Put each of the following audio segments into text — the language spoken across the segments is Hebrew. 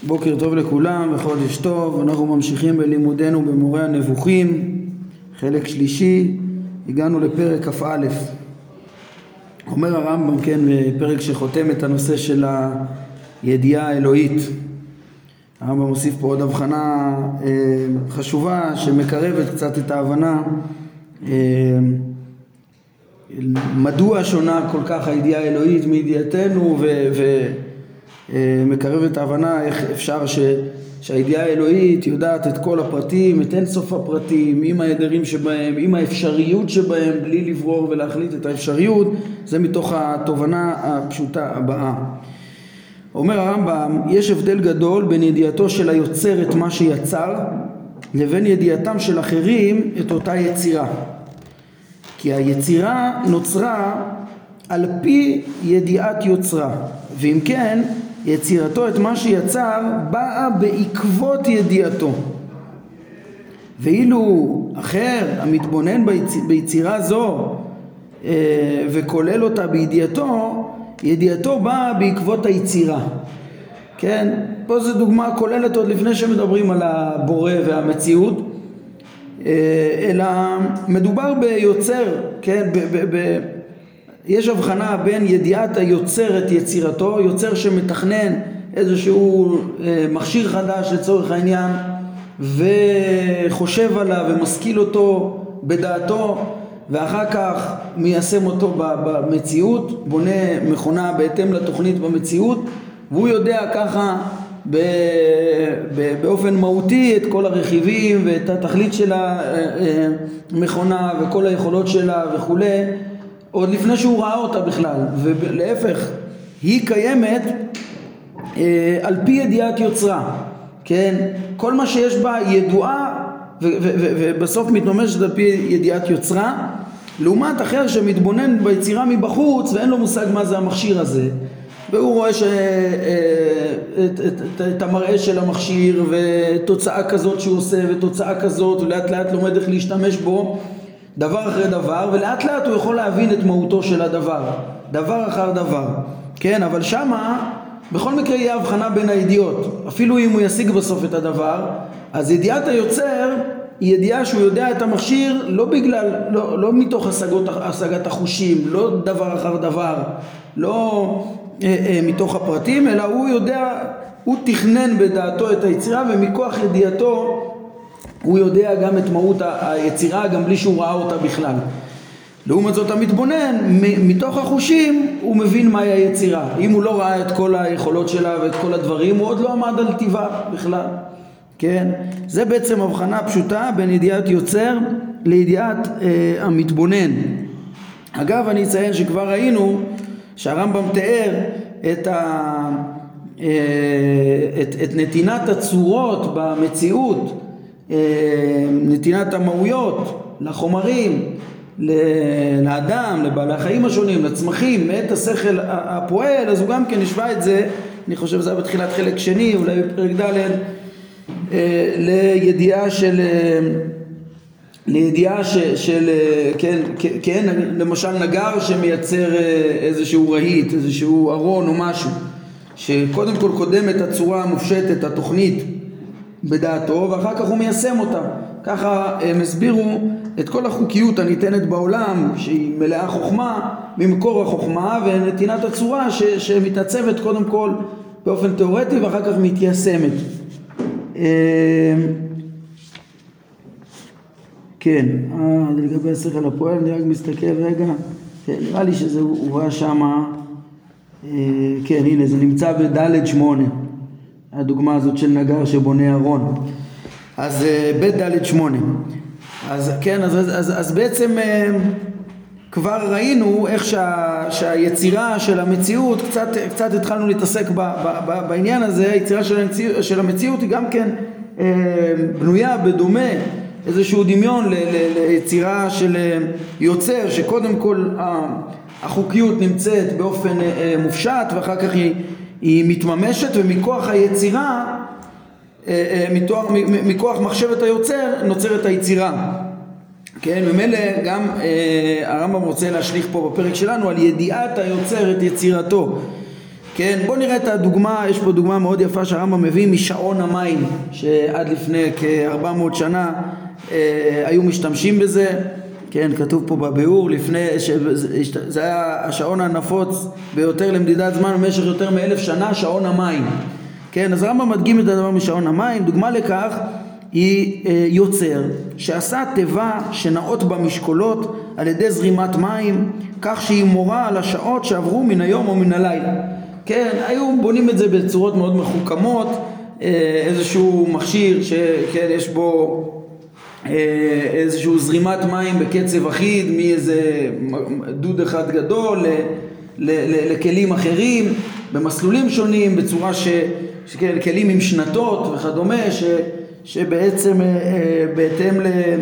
בוקר טוב לכולם וחודש טוב. אנחנו ממשיכים בלימודנו במורה הנבוכים, חלק שלישי. הגענו לפרק כ"א. אומר הרמב"ם, כן, בפרק שחותם את הנושא של הידיעה האלוהית. הרמב"ם מוסיף פה עוד הבחנה חשובה שמקרבת קצת את ההבנה מדוע שונה כל כך הידיעה האלוהית מידיעתנו, ומקרב את ההבנה איך אפשר שהידיעה האלוהית יודעת את כל הפרטים, את אין סוף הפרטים, עם ההדרים שבהם, עם האפשריות שבהם, בלי לברור ולהחליט את האפשריות. זה מתוך התובנה הפשוטה הבאה. אומר הרמב"ם, יש הבדל גדול בין ידיעתו של היוצר את מה שיצר לבין ידיעתם של אחרים את אותה יצירה. כי היצירה נוצרה על פי ידיעת יוצרה, ואם כן יצירתו את מה שיצר באה בעקבות ידיעתו. ואילו אחר המתבונן ביצירה זו וכולל אותה בידיעתו, ידיעתו באה בעקבות היצירה. כן, פה זו דוגמה כוללת עוד לפני שמדברים על הבורא והמציאות, אלא מדובר ביוצר, כן, יש הבחנה בין ידיעת היוצר את יצירתו, יוצר שמתכנן איזשהו מכשיר חדש לצורך העניין וחושב עליו ומשכיל אותו בדעתו, ואחר כך מיישם אותו במציאות, בונה מכונה בהתאם לתוכנית במציאות, והוא יודע ככה באופן מהותי את כל הרכיבים ואת התכלית של המכונה וכל היכולות שלה וכו', עוד לפני שהוא ראה אותה בכלל. ולהפך, היא קיימת על פי ידיעת יוצרה, כן? כל מה שיש בה ידועה ובסוף מתממשת על פי ידיעת יוצרה, לעומת אחר שמתבונן ביצירה מבחוץ ואין לו מושג מה זה המכשיר הזה, והוא רואה את המראה של המכשיר ותוצאה כזאת שהוא עושה ותוצאה כזאת, ולאט לאט לומד איך להשתמש בו דבר אחרי דבר, ולאט לאט הוא יכול להבין את מהותו של הדבר, דבר אחר דבר, כן? אבל שמה בכל מקרה יהיה הבחנה בין הידיעות. אפילו אם הוא ישיג בסוף את הדבר, אז ידיעת היוצר היא ידיעה שהוא יודע את המכשיר לא מתוך השגת החושים, לא דבר אחר דבר, לא מתוך הפרטים, אלא הוא יודע, הוא תכנן בדעתו את היצירה, ומכוח ידיעתו הוא יודע גם את מהות היצירה גם בלי שהוא ראה אותה בכלל. לעומת זאת המתבונן מתוך החושים הוא מבין מהי היצירה. אם הוא לא ראה את כל היכולות שלה ואת כל הדברים, הוא עוד לא עמד על טיבה בכלל, כן? זה בעצם הבחנה פשוטה בין ידיעת יוצר לידיעת המתבונן. אגב, אני אציין שכבר ראינו שהרמב"ם תיאר את נתינת הצורות במציאות, נתינת המהויות לחומרים, לאדם, לבעלי החיים השונים, לצמחים, מאת השכל הפועל. אז הוא גם כן השווה את זה, אני חושב זה היה בתחילת חלק שני, אולי בפרק ד', לידיעה של כן, למשל נגר שמייצר איזשהו רהיט, איזשהו ארון או משהו, שקודם כל קודם את הצורה המופשטת, התוכנית בדעתו, ואחר כך הוא מיישם אותה. ככה הם הסבירו את כל החוקיות הניתנת בעולם, שהיא מלאה חוכמה, ממקור החוכמה, ונתינת הצורה שמתעצבת קודם כל באופן תיאורטי ואחר כך מתיישמת. כן, לגבי השכל הפועל, אני רק מסתכל רגע, נראה לי שזה הובא שמה, כן, הנה, זה נמצא בד' 8, הדוגמה הזאת של נגר שבונה ארון. אז בד' 8. אז כן, אז בעצם כבר ראינו איך שהיצירה של המציאות, קצת התחלנו להתעסק בעניין הזה. היצירה של המציאות היא גם כן בנויה בדומה, איזשהו דמיון ליצירה של יוצר, שקודם כל החוקיות נמצאת באופן מופשט ואחר כך היא מתממשת, ומכוח היצירה, מכוח מחשבת היוצר נוצרת היצירה. כן, ממילא גם הרמב"ם רוצה להשליך פה בפרק שלנו על ידיעת היוצר את יצירתו. כן, בוא נראה את הדוגמה, יש פה דוגמה מאוד יפה שהרמב"ם מביא משעון המים, שעד לפני כ-400 שנה היו משתמשים בזה, כן, כתוב פה בביאור, זה היה השעון הנפוץ ביותר למדידת זמן במשך יותר מ1,000 שנה, שעון המים. כן, אז הרמב"ם מדגים את הדבר משעון המים. דוגמה לכך היא יוצר שעשה תיבה שנעות במשקולות על ידי זרימת מים, כך שהיא מורה על השעות שעברו מן היום או מן הלילה. כן, היו בונים את זה בצורות מאוד מחוכמות, איזשהו מכשיר שכן יש בו איזשהו זרימת מים בקצב אחיד מאיזה דוד אחד גדול לכלים אחרים במסלולים שונים, בצורה שכן, כלים עם שנתות וכדומה, שבעצם בהתאם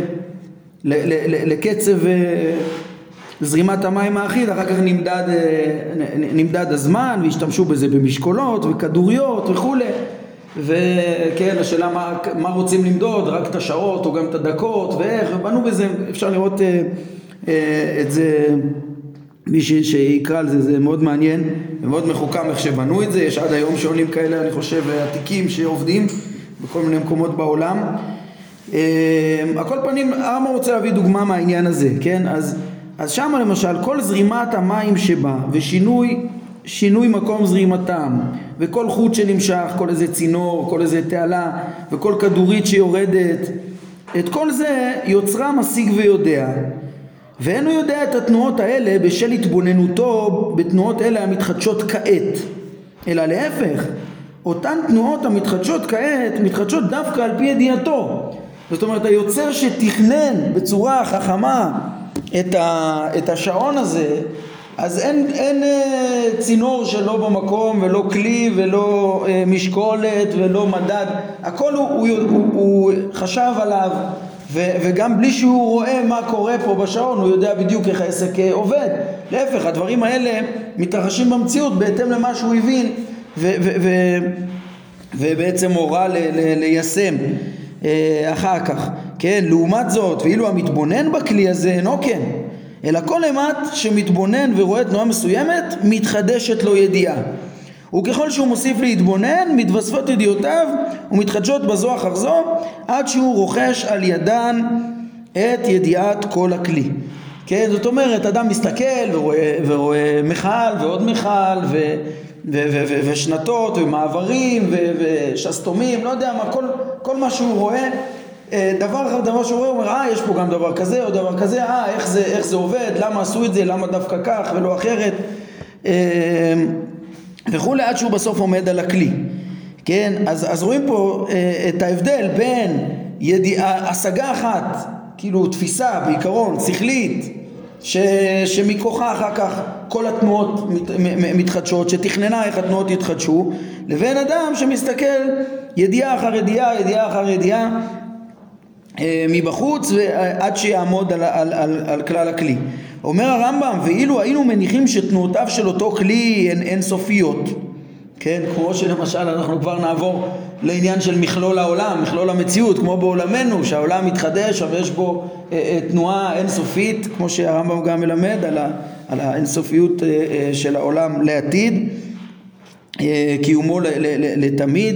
לקצב זרימת המים האחיד אחר כך נמדד הזמן, והשתמשו בזה במשקולות וכדוריות וכו'. וכן, השאלה מה רוצים למדוד, רק את השעות או גם את הדקות ואיך, ובנו בזה, אפשר לראות את זה, מי שיקרא על זה, זה מאוד מעניין ומאוד מחוכם איך שבנו את זה. יש עד היום שעונים כאלה, אני חושב, עתיקים שעובדים בכל מיני מקומות בעולם. הכל פנים, הרמב"ם רוצה להביא דוגמה מהעניין הזה, כן? אז שם למשל כל זרימת המים שבה ושינוי מקום זרימתם וכל חוט שנמשך, כל איזה צינור, כל איזה תעלה וכל כדורית שיורדת, את כל זה יוצרה משיג ויודע, ואין הוא יודע את התנועות האלה בשל התבוננותו בתנועות אלה המתחדשות כעת, אלא להפך, אותן תנועות המתחדשות כעת מתחדשות דווקא על פי ידיעתו. זאת אומרת, היוצר שתכנן בצורה חכמה את השעון הזה, אז אין צינור שלא במקום ולא כלי ולא משקולת ולא מדד, הכל הוא חשב עליו, וגם בלי שהוא רואה מה קורה פה בשעון הוא יודע בדיוק איך העסק עובד. להפך, הדברים האלה מתרחשים במציאות בהתאם למה שהוא הבין ובעצם הורה ליישם אחר כך. כן, לעומת זאת, ואילו המתבונן בכלי הזה אינו כן, אלא כל אימת שמתבונן ורואה תנועה מסוימת מתחדשת לו ידיעה, וככל שהוא מוסיף להתבונן מתווספות ידיעותיו ומתחדשות בזו אחר זו עד שהוא רוכש על ידן את ידיעת כל הכלי. כן, זאת אומרת, אדם מסתכל ורואה מחל ועוד מחל ושנתות ומעברים ושסתומים, לא יודע מה, כל מה שהוא רואה, דבר שהוא רואה, הוא אומר, יש פה גם דבר כזה או דבר כזה, איך זה עובד, למה עשו את זה, למה דווקא כך ולא אחרת, וכו', עד שהוא בסוף עומד על הכלי. כן, אז רואים פה את ההבדל בין השגה אחת, כאילו תפיסה בעיקרון שכלית, שמכוחה אחר כך כל התנועות מתחדשות, שתכננה איך התנועות יתחדשו, לבין אדם שמסתכל ידיעה אחר ידיעה, ידיעה אחר ידיעה מבחוץ ועד שיעמוד על כלל הכלי. אומר הרמב"ם, ואילו היינו מניחים שתנועותיו של אותו כלי הן אינסופיות, כן, כמו שלמשל אנחנו כבר נעבור לעניין של מכלול העולם, מכלול המציאות, כמו בעולמנו שהעולם מתחדש ויש בו תנועה אינסופית, כמו שהרמב"ם גם מלמד על האינסופיות של העולם לעתיד, קיומו לתמיד,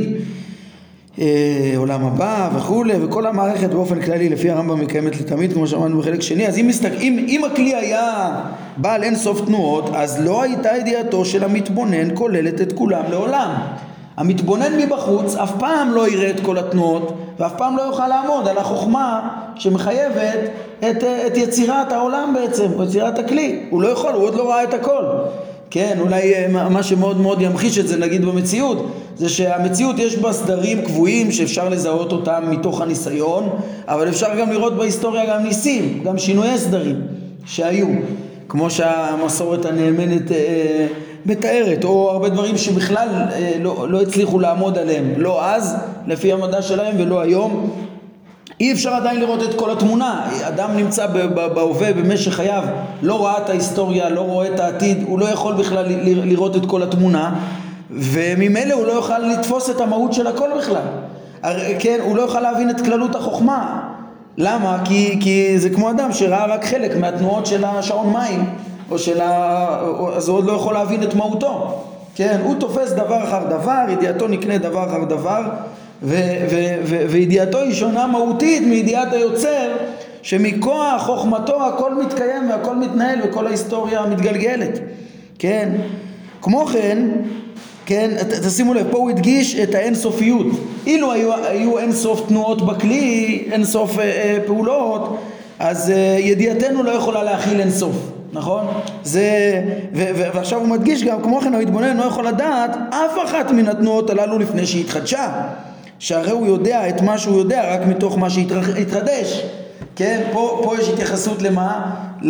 עולם הבא וכו', וכל המערכת באופן כללי לפי הרמב"ם מקיימת לתמיד, כמו שאמרנו בחלק שני. אז אם הכלי היה בעל אין סוף תנועות, אז לא הייתה ידיעתו של המתבונן כוללת את כולם לעולם. המתבונן מבחוץ אף פעם לא יראה את כל התנועות ואף פעם לא יוכל לעמוד על החוכמה שמחייבת את יצירת העולם בעצם, או יצירת הכלי. הוא לא יכול, הוא עוד לא ראה את הכל. כן, אולי מה שמאוד מאוד ימחיש את זה נגיד במציאות, זה שהמציאות יש בה סדרים קבועים שאפשר לזהות אותם מתוך הניסיון, אבל אפשר גם לראות בהיסטוריה גם ניסים, גם שינויי סדרים שהיו, כמו שהמסורת הנאמנת מתארת, או הרבה דברים שבכלל לא הצליחו לעמוד עליהם, לא אז לפי המדע שלהם ולא היום. אי אפשר עדיין לראות את כל התמונה. אדם נמצא בהווה במשך חייו, לא ראה את ההיסטוריה, לא רואה את העתיד, הוא לא יכול בכלל לראות את כל התמונה, וממילא הוא לא יוכל לתפוס את המהות של הכל בכלל. כן, הוא לא יוכל להבין את כללות החוכמה. למה? כי זה כמו אדם שראה רק חלק מהתנועות של השעון מים, אז הוא עוד לא יכול להבין את מהותו. כן, הוא תופס דבר אחר דבר, ידיעתו נקנה דבר אחר דבר, וידיעתו היא שונה מהותית מידיעת היוצר, שמכוח חוכמתו הכל מתקיים והכל מתנהל וכל ההיסטוריה מתגלגלת. כן, כמו כן, כן, תשימו לב, פה הוא הדגיש את האינסופיות. אילו היו אינסוף תנועות בכלי, אינסוף פעולות, אז ידיעתנו לא יכולה להכיל אינסוף, נכון? ועכשיו הוא מדגיש גם, כמו כן הוא התבונן, לא יכול לדעת אף אחת מן התנועות הללו לפני שהתחדשה, שהרי הוא יודע את מה שהוא יודע רק מתוך מה שהתחדש. כן, פה יש התייחסות למה?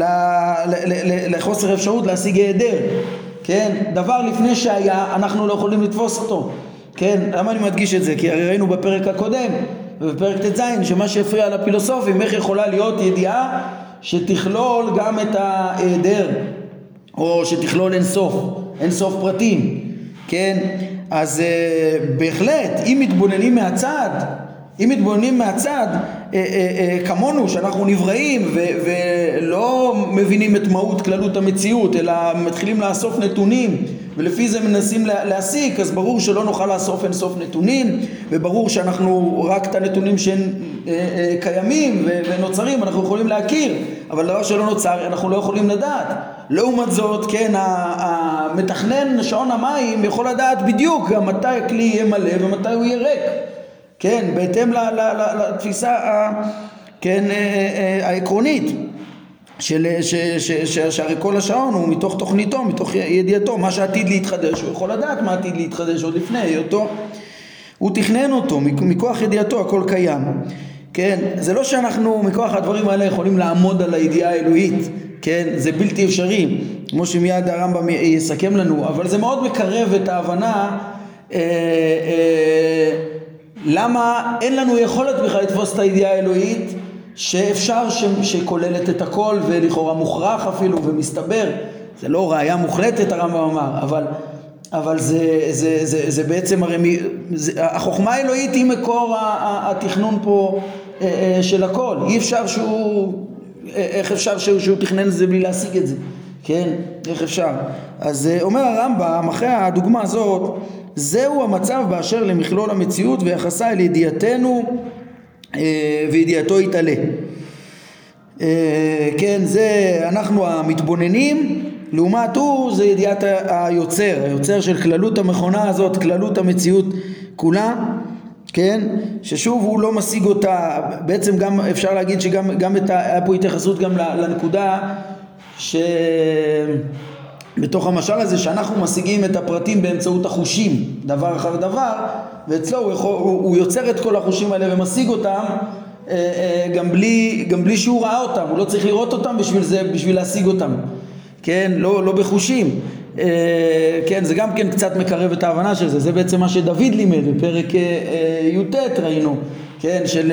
לחוסר אפשרות להשיג היעדר. כן, דבר לפני שהיה אנחנו לא יכולים לתפוס אותו. כן, למה אני מדגיש את זה? כי הרי ראינו בפרק הקודם ובפרק ט"ז שמה שהפריע לפילוסופים, איך יכולה להיות ידיעה שתכלול גם את ההיעדר, או שתכלול אינסוף פרטים. כן, אז בהחלט אם מתבוננים מהצד כמונו שאנחנו נבראים ולא מבינים את מהות כללות המציאות, אלא מתחילים לאסוף נתונים ולפי זה מנסים להסיק, אז ברור שלא נוכל לאסוף אינסוף נתונים, וברור שאנחנו רק את הנתונים שקיימים ונוצרים אנחנו יכולים להכיר, אבל דבר שלא נוצר אנחנו לא יכולים לדעת. לעומת זאת, כן, המתכנן שעון המים יכול לדעת בדיוק גם מתי הכלי יהיה מלא ומתי הוא יהיה ריק. כן, בהתאם לתפיסה העקרונית שהרי כל השעון הוא מתוך תוכניתו, מתוך ידיעתו, מה שעתיד להתחדש הוא יכול לדעת מה עתיד להתחדש עוד לפני אותו, הוא תכנן אותו, מכוח ידיעתו הכל קיים. כן, זה לא שאנחנו מכוח הדברים האלה יכולים לעמוד על הידיעה האלוהית, כן, זה בלתי אפשרי, כמו שמיד הרמב"ם יסכם לנו, אבל זה מאוד מקרב את ההבנה למה אין לנו יכולת בכלל לתפוס את הידיעה האלוהית שאפשר שכוללת את הכל ולכאורה מוכרח אפילו ומסתבר. זה לא ראיה מוחלטת הרמב"ם אמר, אבל זה בעצם הרי החוכמה האלוהית היא מקור התכנון פה של הכל. אי אפשר איך אפשר שהוא תכנן את זה בלי להשיג את זה? כן, איך אפשר? אז אומר הרמב"ם אחרי הדוגמה הזאת, זהו המצב באשר למכלול המציאות ויחסה אל ידיעתנו וידיעתו יתעלה. כן, זה אנחנו המתבוננים, לעומת הוא זה ידיעת היוצר של כללות המכונה הזאת, כללות המציאות כולה, כן, ששוב הוא לא משיג אותה. בעצם גם אפשר להגיד שגם היה פה התייחסות גם לנקודה בתוך המשל הזה שאנחנו משיגים את הפרטים באמצעות החושים דבר אחר דבר, ואצלו הוא יוצר את כל החושים האלה ומשיג אותם גם בלי שהוא ראה אותם, הוא לא צריך לראות אותם בשביל להשיג אותם, כן, לא בחושים. כן, זה גם כן קצת מקרב את ההבנה של זה. זה בעצם מה שדוד לימד בפרק י"ט ראינו, כן, של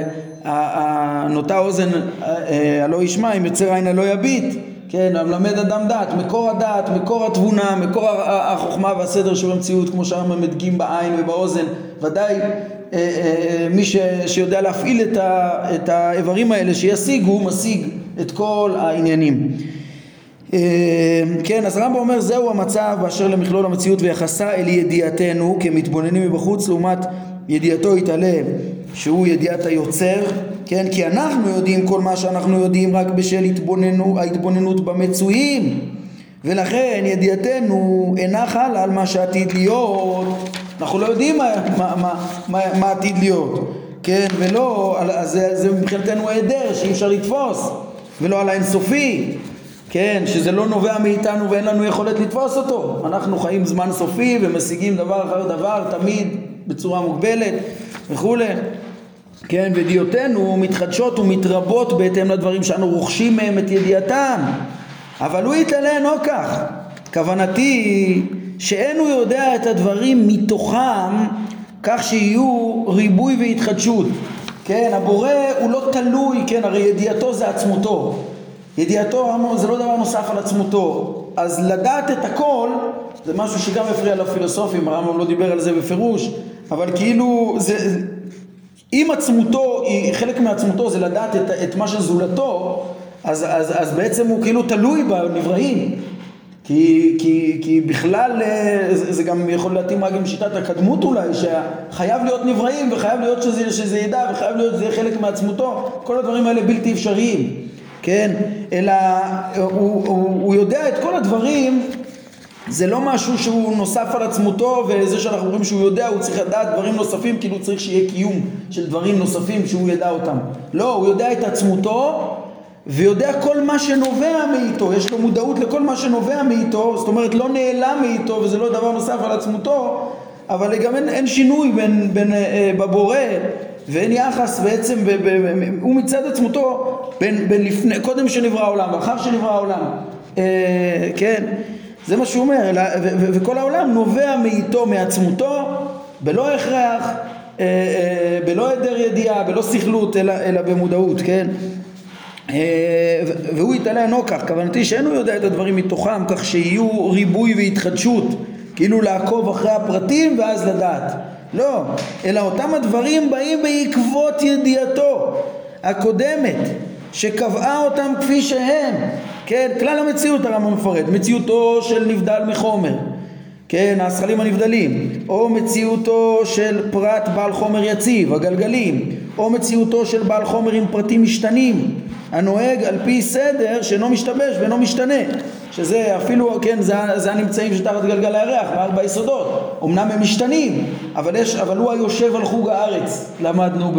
נוטה אוזן הלא ישמע, אם יוצר עין הלא יביט. כן, המלמד אדם דעת, מקור הדעת, מקור התבונה, מקור החוכמה והסדר שבמציאות, כמו שהרמב"ם מדגים בעין ובאוזן. ודאי מי שיודע להפעיל את האיברים האלה שישיגו, משיג את כל העניינים. כן, אז הרמב"ם אומר זהו המצב באשר למכלול המציאות ויחסה אל ידיעתנו כמתבוננים מבחוץ לעומת ידיעתו יתעלה שהוא ידיעת היוצר. כן, כי אנחנו יודעים כל מה שאנחנו יודעים רק בשל ההתבוננות במצויים, ולכן ידיעתנו אינה חלה על מה שעתיד להיות. אנחנו לא יודעים מה עתיד להיות, כן, ולא, זה מבחינתנו היעדר שאי אפשר לתפוס, ולא על האינסופי, כן, שזה לא נובע מאיתנו ואין לנו יכולת לתפוס אותו. אנחנו חיים זמן סופי ומשיגים דבר אחר דבר תמיד בצורה מוגבלת וכו'. כן, וידיעותינו מתחדשות ומתרבות בהתאם לדברים שאנו רוכשים מהם את ידיעתם, אבל הוא יתעלה אינו כך. כוונתי שאין הוא יודע את הדברים מתוכם כך שיהיו ריבוי והתחדשות. כן, הבורא הוא לא תלוי, כן, הרי ידיעתו זה עצמותו, ידיעתו זה לא דבר נוסף על עצמותו. אז לדעת את הכל זה משהו שגם הפריע לפילוסופים, הרמב"ם לא דיבר על זה בפירוש, אבל כאילו זה, אם עצמותו, חלק מעצמותו זה לדעת את מה שזולתו, אז בעצם הוא כאילו תלוי בנבראים. כי בכלל זה גם יכול להתאים רק עם שיטת הקדמות אולי, שחייב להיות נבראים וחייב להיות שזה ידע וחייב להיות זה חלק מעצמותו. כל הדברים האלה בלתי אפשריים, כן? אלא הוא יודע את כל הדברים, זה לא משהו שהוא נוסף על עצמותו, וזה שאנחנו אומרים שהוא יודע, הוא צריך לדעת דברים נוספים, כאילו הוא צריך שיהיה קיום של דברים נוספים שהוא ידע אותם. לא, הוא יודע את עצמותו ויודע כל מה שנובע מאיתו, יש לו מודעות לכל מה שנובע מאיתו, זאת אומרת לא נעלם מאיתו וזה לא דבר נוסף על עצמותו, אבל גם אין שינוי בין בבורא, ואין יחס בעצם, הוא מצד עצמותו בין לפני, קודם שנברא העולם ואחר שנברא העולם, כן, זה מה שהוא אומר, וכל העולם נובע מאיתו, מעצמותו, בלא הכרח, בלא היעדר ידיעה, בלא שכלות, אלא במודעות, כן? והוא יתעלה אינו כך, כוונתי שאינו יודע את הדברים מתוכם, כך שיהיו ריבוי והתחדשות, כאילו לעקוב אחרי הפרטים ואז לדעת. לא, אלא אותם הדברים באים בעקבות ידיעתו הקודמת, שקבעה אותם כפי שהם. כן, כלל המציאות הרמב"ם מפרט, מציאותו של נבדל מחומר, כן, השכלים הנבדלים, או מציאותו של פרט בעל חומר יציב, הגלגלים, או מציאותו של בעל חומר עם פרטים משתנים, הנוהג על פי סדר שאינו משתבש ואינו משתנה, שזה אפילו, כן, זה הנמצאים שתחת גלגל הירח, בארבע יסודות, אמנם הם משתנים, אבל הוא היושב על חוג הארץ, למדנו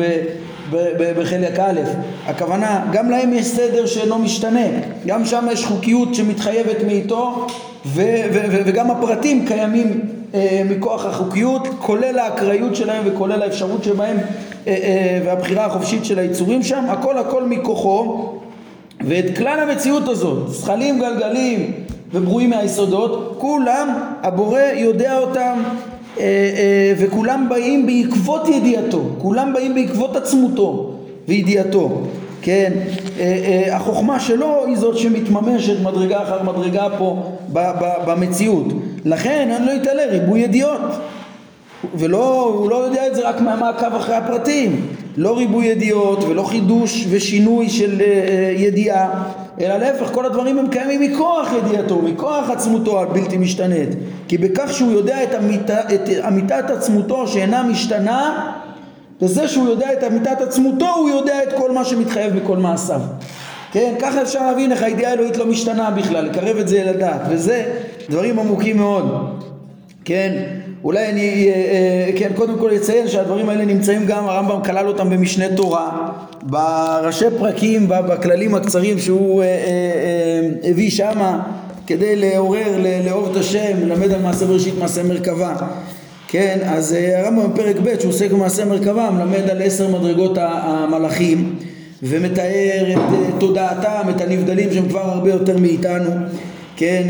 בחלק א', הכוונה, גם להם יש סדר שאינו משתנה, גם שם יש חוקיות שמתחייבת מאיתו, וגם הפרטים קיימים מכוח החוקיות, כולל האקראיות שלהם וכולל האפשרות שבהם והבחירה החופשית של היצורים שם, הכל מכוחו. ואת כלל המציאות הזאת, שכלים, גלגלים וברואים מהיסודות, כולם הבורא יודע אותם, וכולם באים בעקבות ידיעתו, כולם באים בעקבות עצמותו וידיעתו, כן? החוכמה שלו היא זאת שמתממשת מדרגה אחר מדרגה פה במציאות, לכן אני לא יתעלה ריבוי ידיעות, הוא לא יודע את זה רק מהמעקב אחרי הפרטים, לא ריבוי ידיעות ולא חידוש ושינוי של ידיעה, אלא להפך, כל הדברים הם קיימים מכוח ידיעתו, מכוח עצמותו הבלתי משתנית, כי בכך שהוא יודע את אמיתת עצמותו שאינה משתנה, בזה שהוא יודע את אמיתת עצמותו הוא יודע את כל מה שמתחייב מכל מעשיו. כן, ככה אפשר להבין איך הידיעה האלוהית לא משתנה בכלל, לקרב את זה לדעת, וזה דברים עמוקים מאוד. כן, אולי אני כן, קודם כל אציין שהדברים האלה נמצאים גם, הרמב"ם כלל אותם במשנה תורה, בראשי פרקים, בכללים הקצרים שהוא הביא שמה, כדי לעורר, לאהוב את השם, ללמד על מעשה בראשית, מעשה מרכבה. כן, אז הרמב"ם בפרק ב' שהוא עוסק במעשה מרכבה, מלמד על 10 מדרגות המלאכים, ומתאר את תודעתם, את הנבדלים שהם כבר הרבה יותר מאיתנו. כן,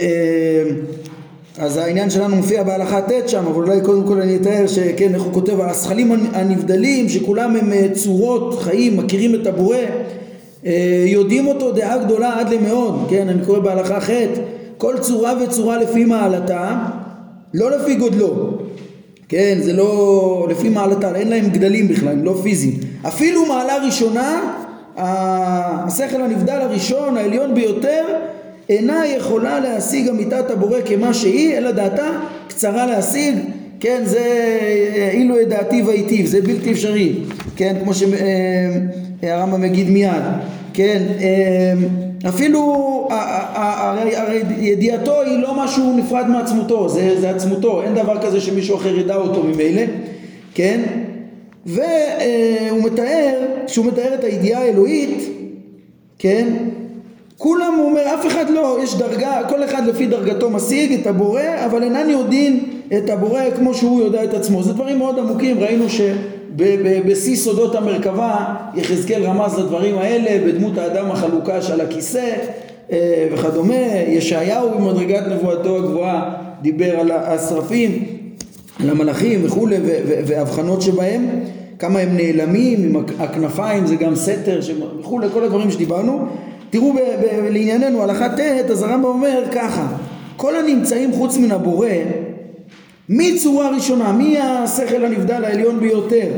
אז העניין שלנו מופיע בהלכה ט' שם, אבל אולי קודם כל אני אתאר שכן, איך הוא כותב על השכלים הנבדלים, שכולם הם צורות חיים, מכירים את הבורא, יודעים אותו דעה גדולה עד למאוד. כן, אני קורא בהלכה ח', כל צורה וצורה לפי מעלתה, לא לפי גודלו. כן, זה לא לפי מעלתה, אין להם גדלים בכלל, הם לא פיזיים. אפילו מעלה ראשונה, השכל הנבדל הראשון, העליון ביותר, אינה יכולה להשיג אמיתת הבורא כמה שהיא, אלא דעתה קצרה להשיג. כן, זה אילו את דעתי והיטיב, זה בלתי אפשרי. כן, כמו שהרמב"ם מגיד מיד. כן, אפילו הרי ידיעתו היא לא משהו נפרד מעצמותו, זה עצמותו, אין דבר כזה שמישהו אחר ידע אותו ממילא. כן, והוא מתאר, כשהוא מתאר את הידיעה האלוהית, כן, כולם, הוא אומר, אף אחד לא, יש דרגה, כל אחד לפי דרגתו משיג את הבורא, אבל אינן יודעים את הבורא כמו שהוא יודע את עצמו. זה דברים מאוד עמוקים, ראינו שבשיא סודות המרכבה יחזקאל רמז לדברים האלה, בדמות האדם החלוקה של הכיסא וכדומה. ישעיהו במדרגת נבואתו הגבוהה דיבר על השרפים, על המלאכים וכו' והבחנות שבהם, כמה הם נעלמים, עם הכנפיים זה גם סתר וכו', כל הדברים שדיברנו. תראו לענייננו הלכה ט', אז הרמב"ם אומר ככה, כל הנמצאים חוץ מן הבורא, מצורה ראשונה, מהשכל הנבדל העליון ביותר,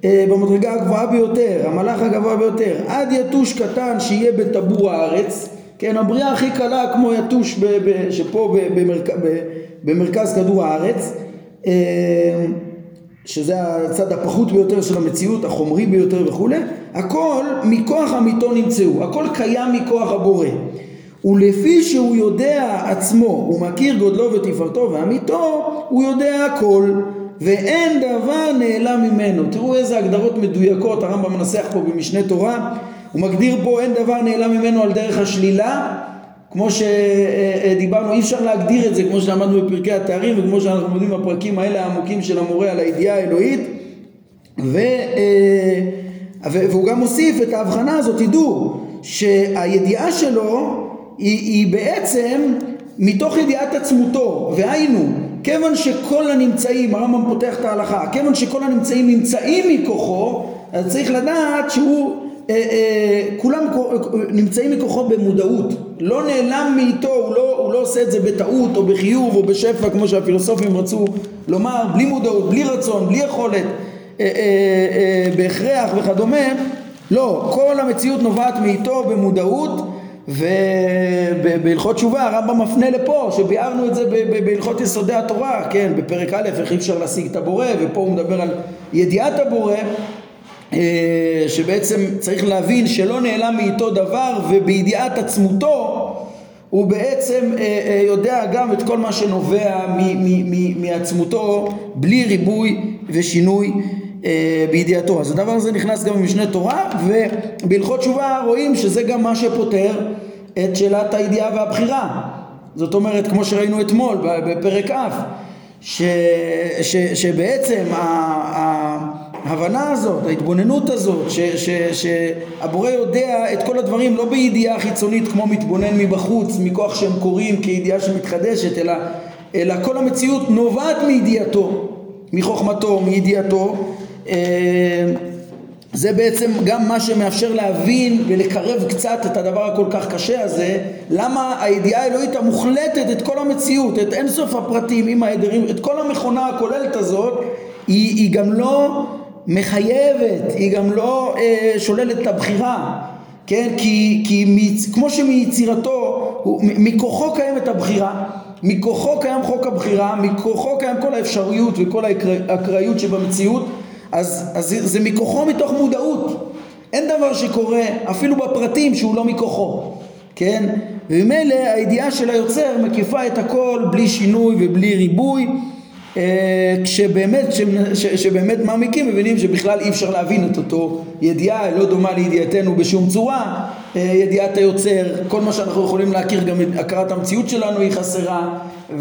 במדרגה הגבוהה ביותר, המלאך הגבוה ביותר, עד יתוש קטן שיהיה בטבור הארץ, כן, הבריאה הכי קלה כמו יתוש שפה במרכז כדור הארץ, שזה הצד הפחות ביותר של המציאות, החומרי ביותר וכו', הכל מכוח אמיתו נמצאו, הכל קיים מכוח הבורא, ולפי שהוא יודע עצמו, הוא מכיר גודלו ותפארתו ואמיתו, הוא יודע הכל, ואין דבר נעלם ממנו. תראו איזה הגדרות מדויקות הרמב"ם מנסח פה במשנה תורה. הוא מגדיר פה אין דבר נעלם ממנו על דרך השלילה, כמו שדיברנו, אי אפשר להגדיר את זה כמו שלמדנו בפרקי התארים, וכמו שאנחנו מודדים בפרקים האלה העמוקים של המורה על הידיעה האלוהית. והוא גם מוסיף את ההבחנה הזאת, תדעו שהידיעה שלו היא בעצם מתוך ידיעת עצמותו, והיינו, כיוון שכל הנמצאים, הרמב"ם פותח את ההלכה, כיוון שכל הנמצאים נמצאים מכוחו, אז צריך לדעת שהוא, כולם נמצאים מכוחו במודעות, לא נעלם מאיתו, הוא לא עושה את זה בטעות או בחיוב או בשפע, כמו שהפילוסופים רצו לומר, בלי מודעות, בלי רצון, בלי יכולת, בהכרח וכדומה. לא, כל המציאות נובעת מאיתו במודעות, ובהלכות תשובה הרמב"ם מפנה לפה שביארנו את זה בהלכות יסודי התורה, כן, בפרק א' איך אי אפשר להשיג את הבורא, ופה הוא מדבר על ידיעת הבורא, שבעצם צריך להבין שלא נעלם מאיתו דבר, ובידיעת עצמותו הוא בעצם יודע גם את כל מה שנובע מעצמותו בלי ריבוי ושינוי בידיעתו. אז הדבר הזה נכנס גם במשנה תורה, ובהלכות תשובה רואים שזה גם מה שפותר את שאלת הידיעה והבחירה. זאת אומרת, כמו שראינו אתמול בפרק א', שבעצם ההבנה הזאת, ההתבוננות הזאת, שהבורא יודע את כל הדברים לא בידיעה חיצונית כמו מתבונן מבחוץ, מכוח שהם קוראים כידיעה שמתחדשת, אלא כל המציאות נובעת מידיעתו, מחוכמתו, מידיעתו. זה בעצם גם מה שמאפשר להבין ולקרב קצת את הדבר הכל כך קשה הזה, למה הידיעה האלוהית המוחלטת את כל המציאות, את אינסוף הפרטים עם ההדרים, את כל המכונה הכוללת הזאת, היא גם לא מחייבת, היא גם לא שוללת את הבחירה, כן? כי כמו שמיצירתו, מכוחו קיימת הבחירה, מכוחו קיים חוק הבחירה, מכוחו קיים כל האפשריות וכל האקראיות שבמציאות, אז זה מכוחו מתוך מודעות. אין דבר שקורה אפילו בפרטים שהוא לא מכוחו, כן? וממילא הידיעה של היוצר מקיפה את הכל בלי שינוי ובלי ריבוי, כשבאמת מעמיקים מבינים שבכלל אי אפשר להבין את אותו ידיעה, לא דומה לידיעתנו בשום צורה. ידיעת היוצר, כל מה שאנחנו יכולים להכיר, גם הכרת המציאות שלנו היא חסרה,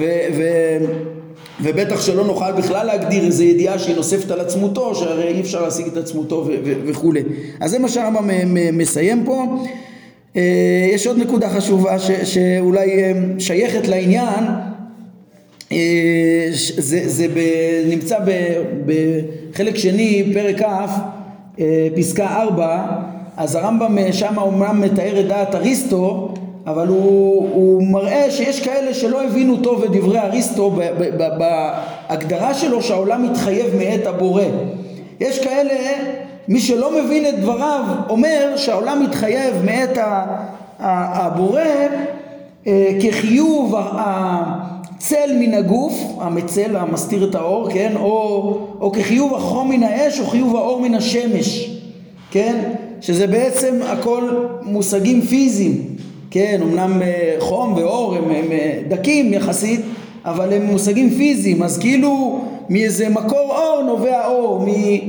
ובטח שלא נוכל בכלל להגדיר איזו ידיעה שהיא נוספת על עצמותו, שהרי אי אפשר להשיג את עצמותו וכו'. אז זה מה שהרמב"ם מסיים פה. יש עוד נקודה חשובה שאולי שייכת לעניין, זה נמצא בחלק שני פרק א' פסקה 4. אז הרמב"ם שם אומנם מתאר את דעת אריסטו, אבל הוא מראה שיש כאלה שלא הבינו טוב את דברי אריסטו בהגדרה שלו שהעולם מתחייב מאת הבורא. יש כאלה, מי שלא מבין את דבריו אומר שהעולם מתחייב מאת הבורא כחיוב הצל מן הגוף, המצל המסתיר את האור, כן? או כחיוב החום מן האש או חיוב האור מן השמש, כן? שזה בעצם הכל מושגים פיזיים, כן? אמנם חום ואור הם דקים יחסית, אבל הם מושגים פיזיים, אז כאילו מאיזה מקור אור נובע אור,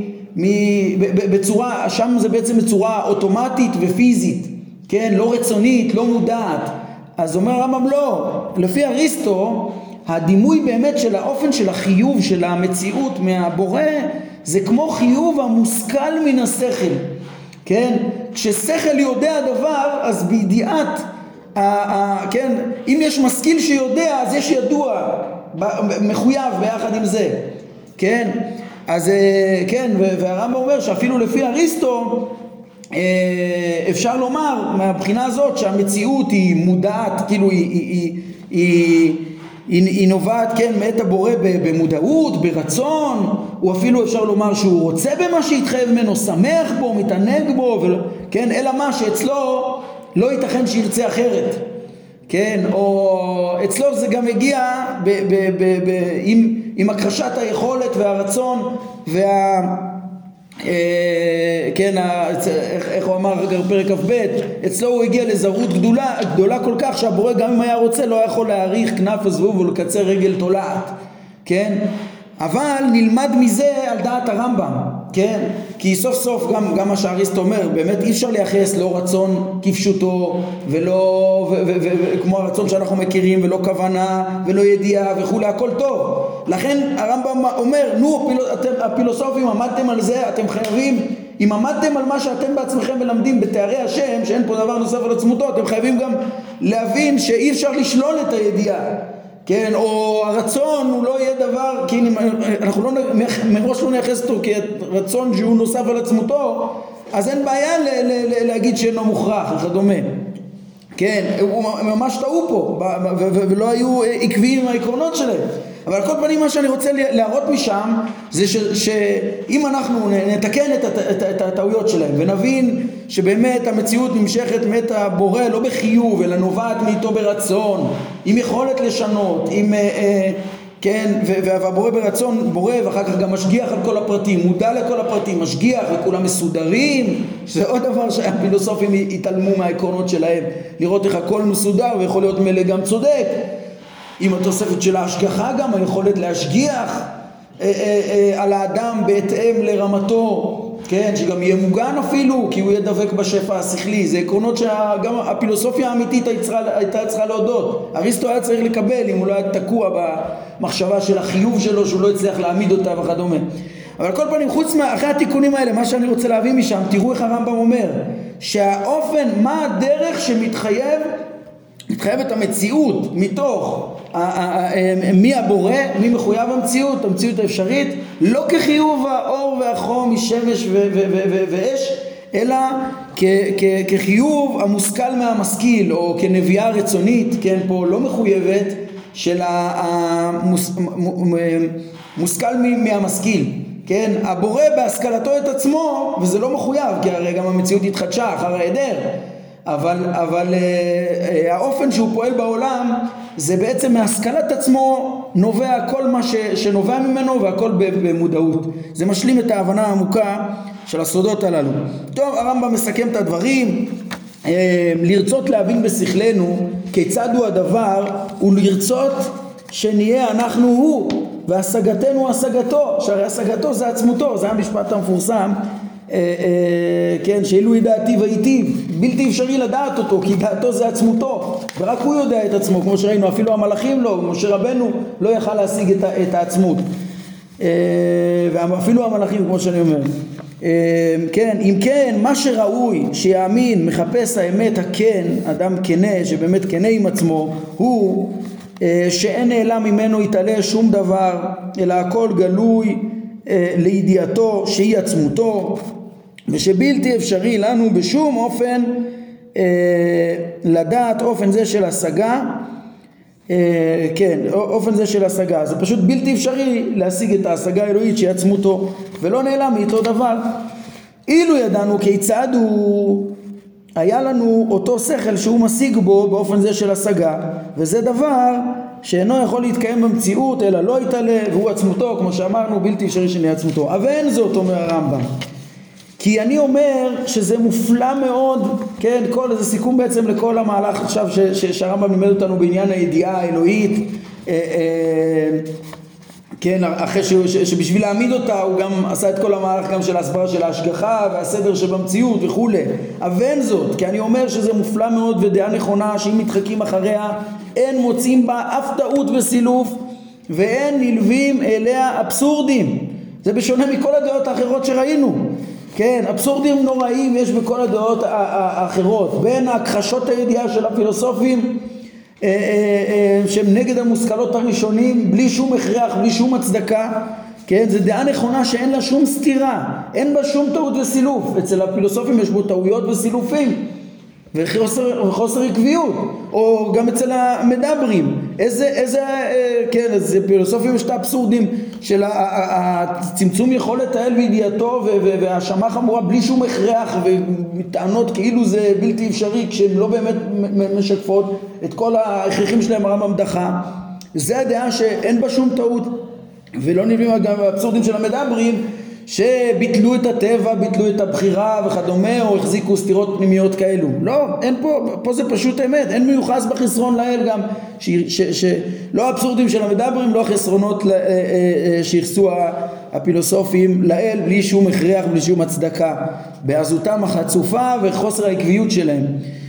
בצורה, שם זה בעצם בצורה אוטומטית ופיזית, כן? לא רצונית, לא מודעת. אז אומר הרמב"ם לא, לפי אריסטו הדימוי באמת של האופן של החיוב של המציאות מהבורא זה כמו חיוב המושכל מן השכל, כן? כששכל יודע דבר אז בידיעת, כן? אם יש משכיל שיודע אז יש ידוע, מחויב ביחד עם זה, כן? אז כן, והרמב"ם אומר שאפילו לפי אריסטו אפשר לומר מהבחינה הזאת שהמציאות היא מודעת, כאילו היא נובעת, כן, מאת הבורא במודעות, ברצון, הוא אפילו אפשר לומר שהוא רוצה במה שהתחייב ממנו, שמח בו, מתענג בו, כן, אלא מה שאצלו לא ייתכן שירצה אחרת, כן, או אצלו זה גם הגיע עם הכחשת היכולת והרצון כן, איך הוא אמר פרק כ"ב, אצלו הוא הגיע לזרות גדולה כל כך שהבורא גם אם היה רוצה לא יכול להאריך כנף הזבוב ולקצר רגל תולעת, כן, אבל נלמד מזה על דעת הרמב"ם, כן, כי סוף סוף גם מה שהאריסטו אומר, באמת אי אפשר לייחס לא רצון כפשוטו ולא כמו הרצון שאנחנו מכירים, ולא כוונה ולא ידיעה וכולי, הכל טוב. לכן הרמב"ם אומר, נו, אתם הפילוסופים עמדתם על זה, אתם חייבים, אם עמדתם על מה שאתם בעצמכם מלמדים בתארי השם, שאין פה דבר נוסף על עצמותו, אתם חייבים גם להבין שאי אפשר לשלול את הידיעה, כן, או הרצון הוא לא יהיה דבר, כי אנחנו לא, מראש לא נייחס אותו כרצון שהוא נוסף על עצמותו, אז אין בעיה להגיד שאינו מוכרח וכדומה. כן, הם ממש טעו פה ולא היו עקביים עם העקרונות שלהם. אבל על כל פנים מה שאני רוצה להראות משם זה שאם אנחנו נתקן את הטעויות שלהם ונבין שבאמת המציאות נמשכת מאת הבורא לא בחיוב אלא נובעת מאיתו ברצון, עם יכולת לשנות, עם כן, והבורא ברצון בורא ואחר כך גם משגיח על כל הפרטים, מודע לכל הפרטים, משגיח וכולם מסודרים, שזה עוד דבר שהפילוסופים התעלמו מהעקרונות שלהם, לראות איך הכל מסודר ויכול להיות מלא גם צודק, עם התוספת של ההשגחה גם היכולת להשגיח על האדם בהתאם לרמתו, כן, שגם יהיה מוגן אפילו כי הוא יהיה דבק בשפע השכלי. זה עקרונות שגם הפילוסופיה האמיתית הייתה צריכה להודות. אריסטו היה צריך לקבל אם הוא לא היה תקוע במחשבה של החיוב שלו שהוא לא הצליח להעמיד אותה וכדומה. אבל כל פעמים חוץ אחרי התיקונים האלה, מה שאני רוצה להביא משם, תראו איך הרמב"ם אומר שהאופן, מה הדרך מתחייבת המציאות מתוך מי הבורא, מי מחויב המציאות, המציאות האפשרית, לא כחיוב האור והחום משמש ואש, אלא כחיוב המושכל מהמשכיל, או כנביאה רצונית, כן, פה לא מחויבת, של המושכל מהמשכיל, כן, הבורא בהשכלתו את עצמו, וזה לא מחויב, כי הרי גם המציאות התחדשה אחר ההיעדר, אבל האופן שהוא פועל בעולם זה בעצם מהשכלת עצמו נובע כל מה שנובע ממנו והכל במודעות. זה משלים את ההבנה העמוקה של הסודות הללו. טוב, הרמב"ם מסכם את הדברים. לרצות להבין בשכלנו כיצד הוא הדבר ולרצות שנהיה אנחנו הוא והשגתנו השגתו, שהרי השגתו זה עצמותו, זה המשפט המפורסם, כן, שאילו ידעתי והייטיב, בלתי אפשרי לדעת אותו כי דעתו זה עצמותו ורק הוא יודע את עצמו, כמו שראינו אפילו המלאכים לא, משה רבנו לא יכל להשיג את העצמות, ואפילו המלאכים כמו שאני אומר. כן, אם כן מה שראוי שיאמין מחפש האמת הכן, אדם כנה שבאמת כנה עם עצמו, הוא שאין נעלם ממנו יתעלה שום דבר אלא הכל גלוי לידיעתו שהיא עצמותו, ושבלתי אפשרי לנו בשום אופן לדעת אופן זה של השגה, כן, אופן זה של השגה, זה פשוט בלתי אפשרי להשיג את ההשגה האלוהית שהיא עצמותו, ולא נעלם מאיתו דבר. אילו ידענו כיצד הוא היה לנו אותו שכל שהוא משיג בו באופן זה של השגה, וזה דבר שאינו יכול להתקיים במציאות אלא לא יתעלה והוא עצמותו, כמו שאמרנו בלתי אפשרי שנהיה עצמותו. אבל אין זאת, אומר הרמב"ם, כי אני אומר שזה מופלא מאוד, כן, זה סיכום בעצם לכל המהלך עכשיו שהרמב"ם לימד אותנו בעניין הידיעה האלוהית, כן, אחרי שבשביל להעמיד אותה הוא גם עשה את כל המהלך גם של ההסברה של ההשגחה והסדר שבמציאות וכו'. אבל אין זאת, כי אני אומר שזה מופלא מאוד ודעה נכונה שאם מתחקים אחריה אין מוצאים בה אף טעות וסילוף ואין נלווים אליה אבסורדים. זה בשונה מכל הדעות האחרות שראינו, כן, אבסורדים נוראים יש בכל הדעות האחרות, בין הכחשות הידיעה של הפילוסופים שהם נגד המושכלות הראשונים בלי שום הכרח, בלי שום הצדקה, כן, זה דעה נכונה שאין לה שום סתירה, אין בה שום טעות וסילוף. אצל הפילוסופים יש בו טעויות וסילופים, וחוסר עקביות, או גם אצל המדברים, כן, אז פילוסופים יש את האבסורדים של הצמצום יכולת האל וידיעתו והאשמה חמורה בלי שום הכרח וטענות כאילו זה בלתי אפשרי כשהם לא באמת משקפות את כל ההכרחים שלהם. הרמב"ם דחה, זה הדעה שאין בה שום טעות, ולא נבלים גם האבסורדים של המדברים שביטלו את הטבע, ביטלו את הבחירה וכדומה, או החזיקו סתירות פנימיות כאלו. לא, אין פה זה פשוט אמת, אין מיוחס בחסרון לאל גם, לא האבסורדים של המדברים, לא החסרונות שיחסו הפילוסופים לאל, בלי שום הכרח, בלי שום הצדקה, בעזותם החצופה וחוסר העקביות שלהם.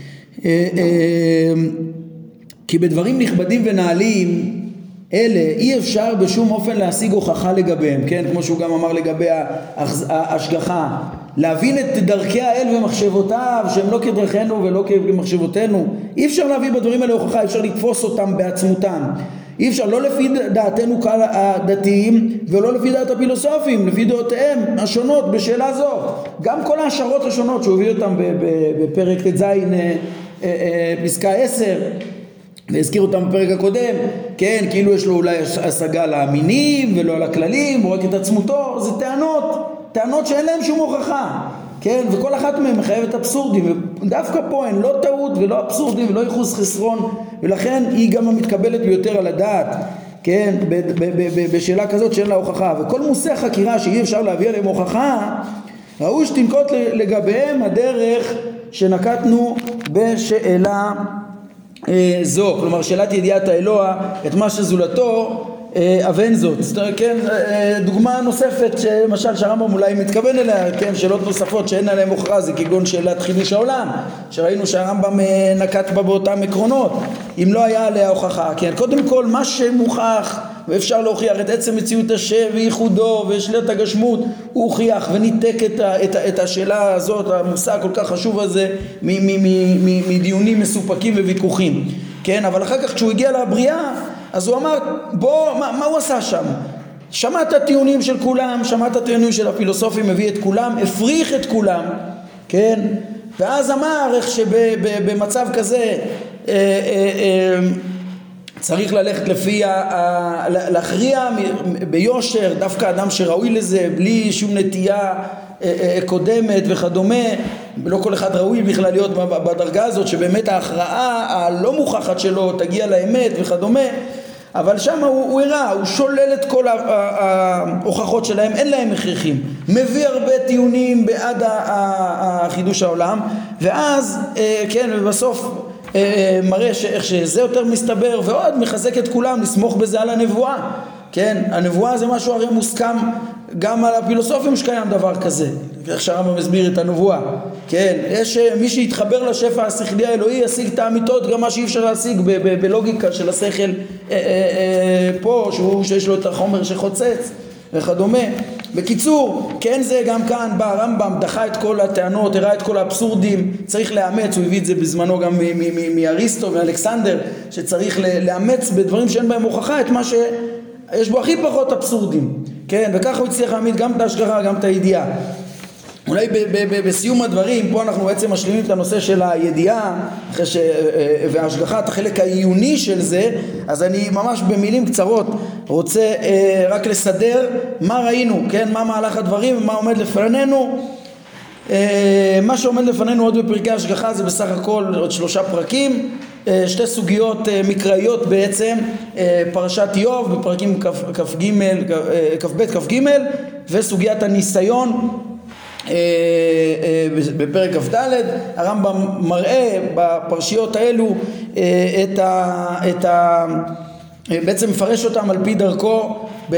כי בדברים נכבדים ונעלים אלה אי אפשר בשום אופן להשיג הוכחה לגביהם, כן? כמו שהוא גם אמר לגבי ההשגחה, להבין את דרכי האל ומחשבותיו שהם לא כדרכנו ולא כמחשבותינו, אי אפשר להביא בדברים האלה הוכחה, אי אפשר לתפוס אותם בעצמותם, אי אפשר, לא לפי דעתנו כל הדתיים ולא לפי דעת הפילוסופים, לפי דעותיהם השונות בשאלה זו. גם כל ההשערות השונות שהוא הביא אותם בפרק ט"ז פסקה 10 והזכיר אותם בפרק הקודם, כן, כאילו יש לו אולי השגה למינים ולא לכללים, או רק את עצמותו, זה טענות שאין להם שום הוכחה, כן, וכל אחת מהם מחייבת אבסורדים, ודווקא פה אין לא טעות ולא אבסורדים ולא ייחוס חסרון, ולכן היא גם המתקבלת ביותר על הדעת, כן, בשאלה כזאת שאין לה הוכחה. וכל מושא חקירה שאי אפשר להביא עליהם הוכחה, ראוי שתנקוט לגביהם הדרך שנקטנו בשאלה זו, כלומר שאלת ידיעת האלוה את מה שזולתו אבן זאת. כן, דוגמה נוספת שמשל שהרמב"ם אולי מתכוון אליה, כן, שאלות נוספות שאין עליהם הוכחה, זה כגון שאלת חידוש העולם, שראינו שהרמב"ם נקט בה באותם עקרונות, אם לא היה עליה הוכחה. כן, קודם כל מה שמוכח ואפשר להוכיח את עצם מציאות השם וייחודו ושלילת הגשמות, הוא הוכיח וניתק את השאלה הזאת, המושג כל כך חשוב הזה, מדיונים מסופקים וויכוחים. כן, אבל אחר כך כשהוא הגיע לבריאה, אז הוא אמר, מה הוא עשה שם? שמע את הטיעונים של כולם, שמע את הטיעונים של הפילוסופים, הביא את כולם, הפריך את כולם, כן? ואז אמר איך שבמצב כזה צריך ללכת לפי, להכריע ביושר, דווקא אדם שראוי לזה, בלי שום נטייה קודמת וכדומה, לא כל אחד ראוי בכלל להיות בדרגה הזאת, שבאמת ההכרעה הלא מוכחת שלו תגיע לאמת וכדומה, אבל שם הוא הראה, הוא שולל את כל ההוכחות שלהם, אין להם הכרחים, מביא הרבה טיעונים בעד חידוש העולם, ואז, כן, ובסוף מראה איך שזה יותר מסתבר, ועוד מחזק את כולם לסמוך בזה על הנבואה. כן, הנבואה זה משהו הרי מוסכם גם על הפילוסופים שקיים דבר כזה, איך שהרמב"ם מסביר את הנבואה. כן, יש מי שיתחבר לשפע השכלי האלוהי ישיג את האמיתות, גם מה שאי אפשר להשיג בלוגיקה של השכל פה, שיש לו את החומר שחוצץ וכדומה. בקיצור, כן, זה גם כאן בא הרמב"ם, דחה את כל הטענות, הראה את כל האבסורדים, צריך לאמץ, הוא הביא את זה בזמנו גם מאריסטו ואלכסנדר, שצריך לאמץ בדברים שאין בהם הוכחה את מה שיש בו הכי פחות אבסורדים, כן, וככה הוא הצליח להעמיד גם את ההשגחה, גם את הידיעה. אולי בסיום הדברים, פה אנחנו בעצם משלימים את הנושא של הידיעה וההשגחה, את החלק העיוני של זה, אז אני ממש במילים קצרות רוצה רק לסדר מה ראינו, כן, מה מהלך הדברים ומה עומד לפנינו. מה שעומד לפנינו עוד בפרקי ההשגחה זה בסך הכל עוד 3 פרקים, 2 סוגיות מקראיות בעצם, פרשת איוב בפרקים כ"ב כ"ג וסוגיית הניסיון בפרק כ"ד. הרמב"ם מראה בפרשיות האלו בעצם מפרש אותם על פי דרכו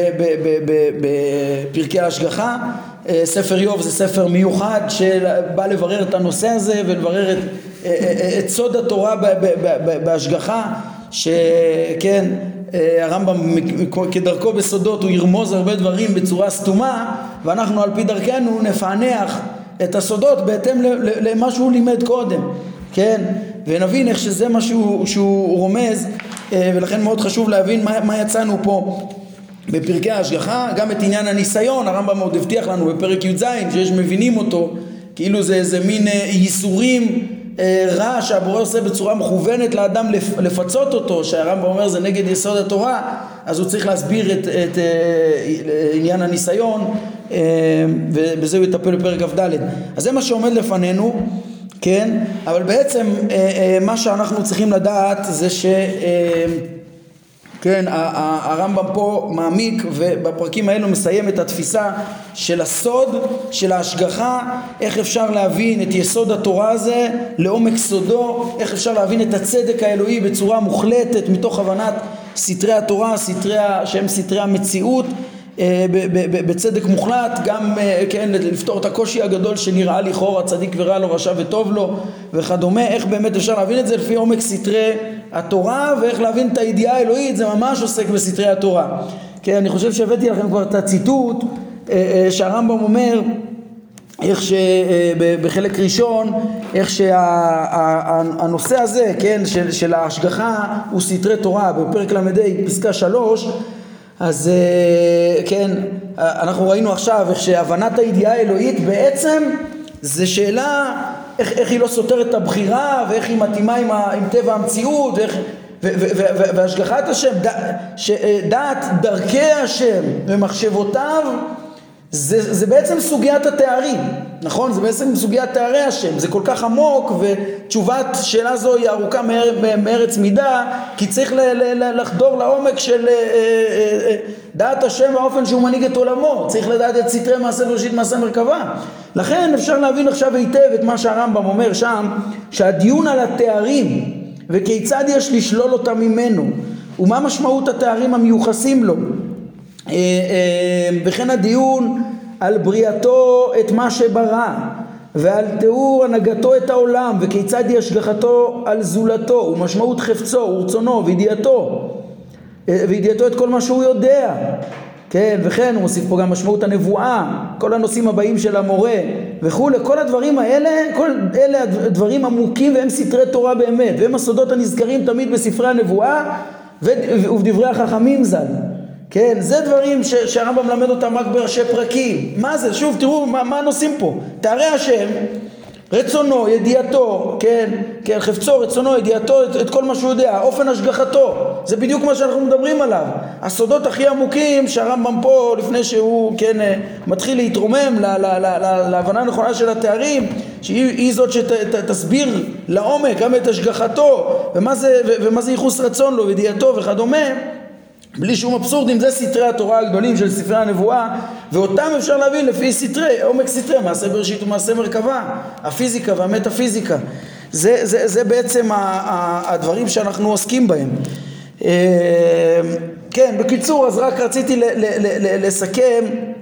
בפרקי ההשגחה. ספר איוב זה ספר מיוחד שבא לברר את הנושא הזה ולברר את סוד התורה בהשגחה, שכן הרמב"ם כדרכו בסודות הוא ירמוז הרבה דברים בצורה סתומה, ואנחנו על פי דרכנו נפענח את הסודות בהתאם למה שהוא לימד קודם, כן, ונבין איך שזה מה שהוא רומז, ולכן מאוד חשוב להבין מה יצאנו פה בפרקי ההשגחה. גם את עניין הניסיון הרמב"ם עוד הבטיח לנו בפרק י"ז, שיש מבינים אותו כאילו זה איזה מין ייסורים רע שהבורא עושה בצורה מכוונת לאדם לפצות אותו, שהרמב"ם אומר זה נגד יסוד התורה, אז הוא צריך להסביר את עניין הניסיון, ובזה הוא יטפל בפרק כ"ד. אז זה מה שעומד לפנינו, כן? אבל בעצם מה שאנחנו צריכים לדעת זה כן, הרמב"ם פה מעמיק ובפרקים האלו מסיים את התפיסה של הסוד, של ההשגחה, איך אפשר להבין את יסוד התורה הזה לעומק סודו, איך אפשר להבין את הצדק האלוהי בצורה מוחלטת מתוך הבנת סתרי התורה, שהם סתרי המציאות, בצדק מוחלט, גם כן לפתור את הקושי הגדול שנראה לכאורה צדיק ורע לו, רשע וטוב לו וכדומה. איך באמת אפשר להבין את זה לפי עומק סתרי התורה, ואיך להבין את הידיעה האלוהית, זה ממש עוסק בסתרי התורה. כן, אני חושב שהבאתי לכם כבר את הציטוט שהרמב"ם אומר איך שבחלק ראשון, איך שהנושא הזה, כן, של ההשגחה הוא סתרי תורה, בפרק למדי פסקה 3, אז כן, אנחנו ראינו עכשיו איך שהבנת הידיעה האלוהית בעצם זה שאלה איך היא לא סותרת את הבחירה, ואיך היא מתאימה עם טבע המציאות, והשגחת השם, דעת דרכי השם ומחשבותיו, זה בעצם סוגיית התארים, נכון? זה בעצם סוגיית תארי השם, זה כל כך עמוק, ותשובת שאלה זו היא ארוכה מארץ מידה, כי צריך לחדור לעומק של דעת השם והאופן שהוא מנהיג את עולמו, צריך לדעת את סתרי מעשה בראשית מעשה מרכבה. לכן אפשר להבין עכשיו היטב את מה שהרמב"ם אומר שם, שהדיון על התארים וכיצד יש לשלול אותם ממנו, ומה משמעות התארים המיוחסים לו, וכן הדיון על בריאתו את מה שברא, ועל תיאור הנהגתו את העולם וכיצד היא השגחתו על זולתו, ומשמעות חפצו ורצונו וידיעתו את כל מה שהוא יודע, כן, וכן הוא מוסיף פה גם משמעות הנבואה, כל הנושאים הבאים של המורה וכו'. כל הדברים האלה, כל אלה הדברים עמוקים והם סתרי תורה באמת, והם הסודות הנזכרים תמיד בספרי הנבואה ובדברי החכמים ז"ל. כן, זה דברים שהרמב"ם מלמד אותם רק בראשי פרקים. מה זה? שוב, תראו מה הנושאים פה. תארי השם, רצונו, ידיעתו, כן, חפצו, רצונו, ידיעתו, את כל מה שהוא יודע, אופן השגחתו. זה בדיוק מה שאנחנו מדברים עליו. הסודות הכי עמוקים שהרמב"ם פה, לפני שהוא, כן, מתחיל להתרומם להבנה הנכונה של התארים, שהיא זאת שתסביר לעומק גם את השגחתו, ומה זה ייחוס רצון לו, ידיעתו וכדומה. בלי שום אבסורדים, זה סתרי התורה הגדולים של ספרי הנבואה, ואותם אפשר להבין לפי סתרי, עומק סתרי, מעשה בראשית ומעשה מרכבה, הפיזיקה והמטאפיזיקה. זה בעצם הדברים שאנחנו עוסקים בהם. כן, בקיצור, אז רק רציתי לסכם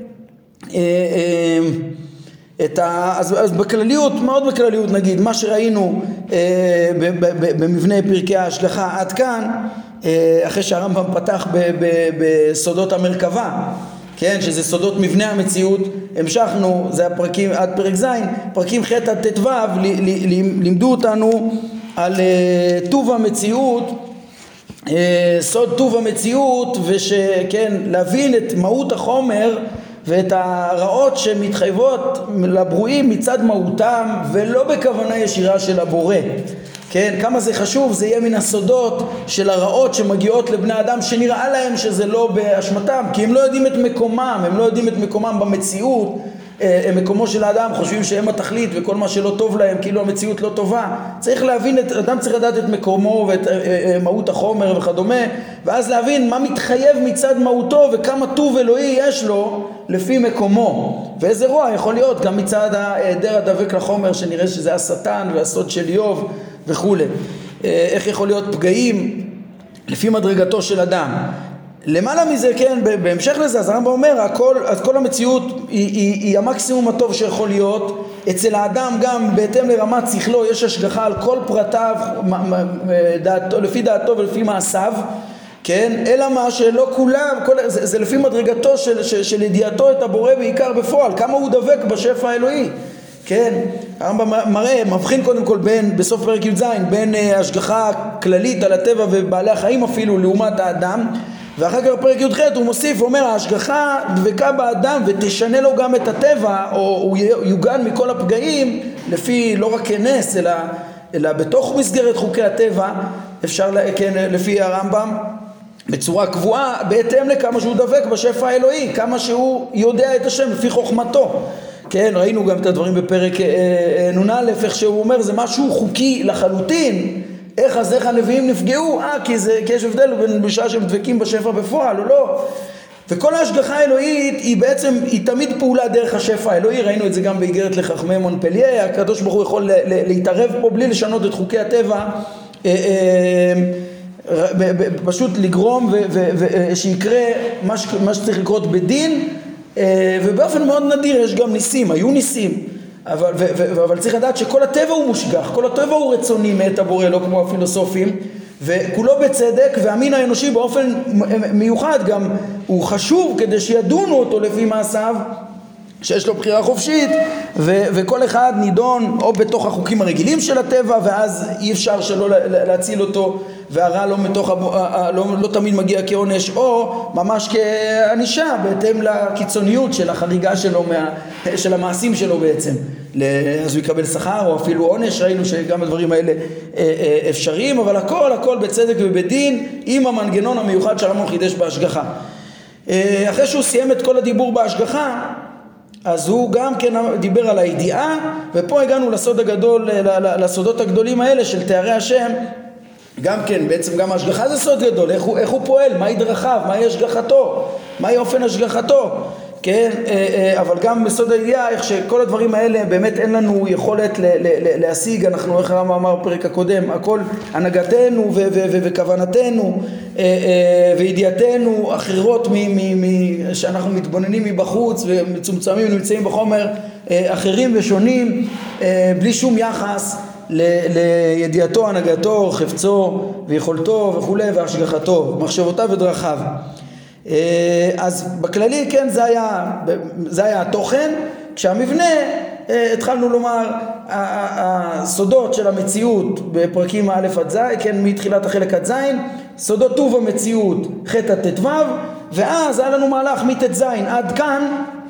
אז בכלליות, מאוד בכלליות נגיד, מה שראינו במבנה פרקי ההשגחה עד כאן, אחרי שהרמב"ם פתח בסודות המרכבה, כן, שזה סודות מבנה המציאות, המשכנו, זה הפרקים עד פרק ז', פרקים ח' עד ט"ו לימדו אותנו על טוב המציאות, סוד טוב המציאות, ושכן, להבין את מהות החומר ואת הרעות שמתחייבות לברואים מצד מהותם ולא בכוונה ישירה של הבורא. כן, כמה זה חשוב, זה יהיה מן הסודות של הרעות שמגיעות לבני אדם שנראה להם שזה לא באשמתם, כי הם לא יודעים את מקומם, הם לא יודעים את מקומם במציאות, מקומו של האדם, חושבים שהם התכלית וכל מה שלא טוב להם, כאילו המציאות לא טובה. צריך להבין, אדם צריך לדעת את מקומו ואת מהות החומר וכדומה, ואז להבין מה מתחייב מצד מהותו וכמה טוב אלוהי יש לו לפי מקומו. ואיזה רוע יכול להיות גם מצד היעדר הדבק לחומר, שנראה שזה השטן והסוד של איוב וכו'. איך יכול להיות פגעים לפי מדרגתו של אדם. למעלה מזה, כן, בהמשך לזה, אז הרמב"ם אומר, אז כל המציאות היא המקסימום הטוב שיכול להיות. אצל האדם גם בהתאם לרמת שכלו יש השגחה על כל פרטיו, לפי דעתו ולפי מעשיו, כן, אלא מה שלא כולם, זה לפי מדרגתו של ידיעתו את הבורא בעיקר בפועל, כמה הוא דבק בשפע האלוהי. כן, הרמב"ם מראה, מבחין קודם כל בסוף פרק י"ז, בין השגחה כללית על הטבע ובעלי החיים אפילו לעומת האדם, ואחר כך פרק י"ח הוא מוסיף, אומר, ההשגחה דבקה באדם ותשנה לו גם את הטבע, או הוא יוגן מכל הפגעים, לפי לא רק כנס, אלא אלא בתוך מסגרת חוקי הטבע, אפשר, כן, לפי הרמב"ם, בצורה קבועה, בהתאם לכמה שהוא דבק בשפע האלוהי, כמה שהוא יודע את השם לפי חוכמתו. כן, ראינו גם את הדברים בפרק נ"א, איך שהוא אומר, זה משהו חוקי לחלוטין. איך הנביאים נפגעו? כי יש הבדל בין בשעה שהם דבקים בשפע בפועל או לא. וכל ההשגחה האלוהית היא בעצם, היא תמיד פעולה דרך השפע האלוהי. ראינו את זה גם באיגרת לחכמי מונפליה. הקדוש ברוך הוא יכול להתערב פה בלי לשנות את חוקי הטבע, פשוט לגרום שיקרה מה שצריך לקרות בדין, ובאופן מאוד נדיר יש גם ניסים, היו ניסים, אבל צריך לדעת שכל הטבע הוא מושגח, כל הטבע הוא רצוני מאת הבורא, לא כמו הפילוסופים, וכולו בצדק, והמין האנושי באופן מיוחד גם הוא חשוב כדי שידונו אותו לפי מעשיו, שיש לו בחירה חופשית, וכל אחד נידון או בתוך החוקים הרגילים של הטבע, ואז אי אפשר שלא להציל אותו, והרע לא תמיד מגיע כעונש, או ממש כאנישה, בהתאם לקיצוניות של החריגה שלו, של המעשים שלו בעצם. אז הוא יקבל שכר או אפילו עונש. ראינו שגם הדברים האלה אפשריים, אבל הכל בצדק ובדין, עם המנגנון המיוחד שהרמב"ם חידש בהשגחה. אחרי שהוא סיים את כל הדיבור בהשגחה, אז הוא גם כן דיבר על הידיעה, ופה הגענו לסוד הגדול, לסודות הגדולים האלה של תארי השם. גם כן, בעצם גם ההשגחה זה סוד גדול, איך הוא פועל, מהי דרכיו, מהי השגחתו, מהי אופן השגחתו, כן, אבל גם בסוד הידיעה, איך שכל הדברים האלה באמת אין לנו יכולת להשיג. אנחנו, איך הרמב"ם אמר בפרק הקודם, הכל הנהגתנו וכוונתנו וידיעתנו אחרות שאנחנו מתבוננים מבחוץ ומצומצמים ונמצאים בחומר אחרים ושונים, בלי שום יחס לידיעתו, הנהגתו, חפצו ויכולתו וכו' והשגחתו, מחשבותיו ודרכיו. אז בכללי, כן, זה היה התוכן. כשהמבנה, התחלנו לומר הסודות של המציאות בפרקים א' עד ז', כן, מתחילת החלק עד ז', סודות טוב המציאות ח' עד ט"ו, ואז היה לנו מהלך מט"ז עד כאן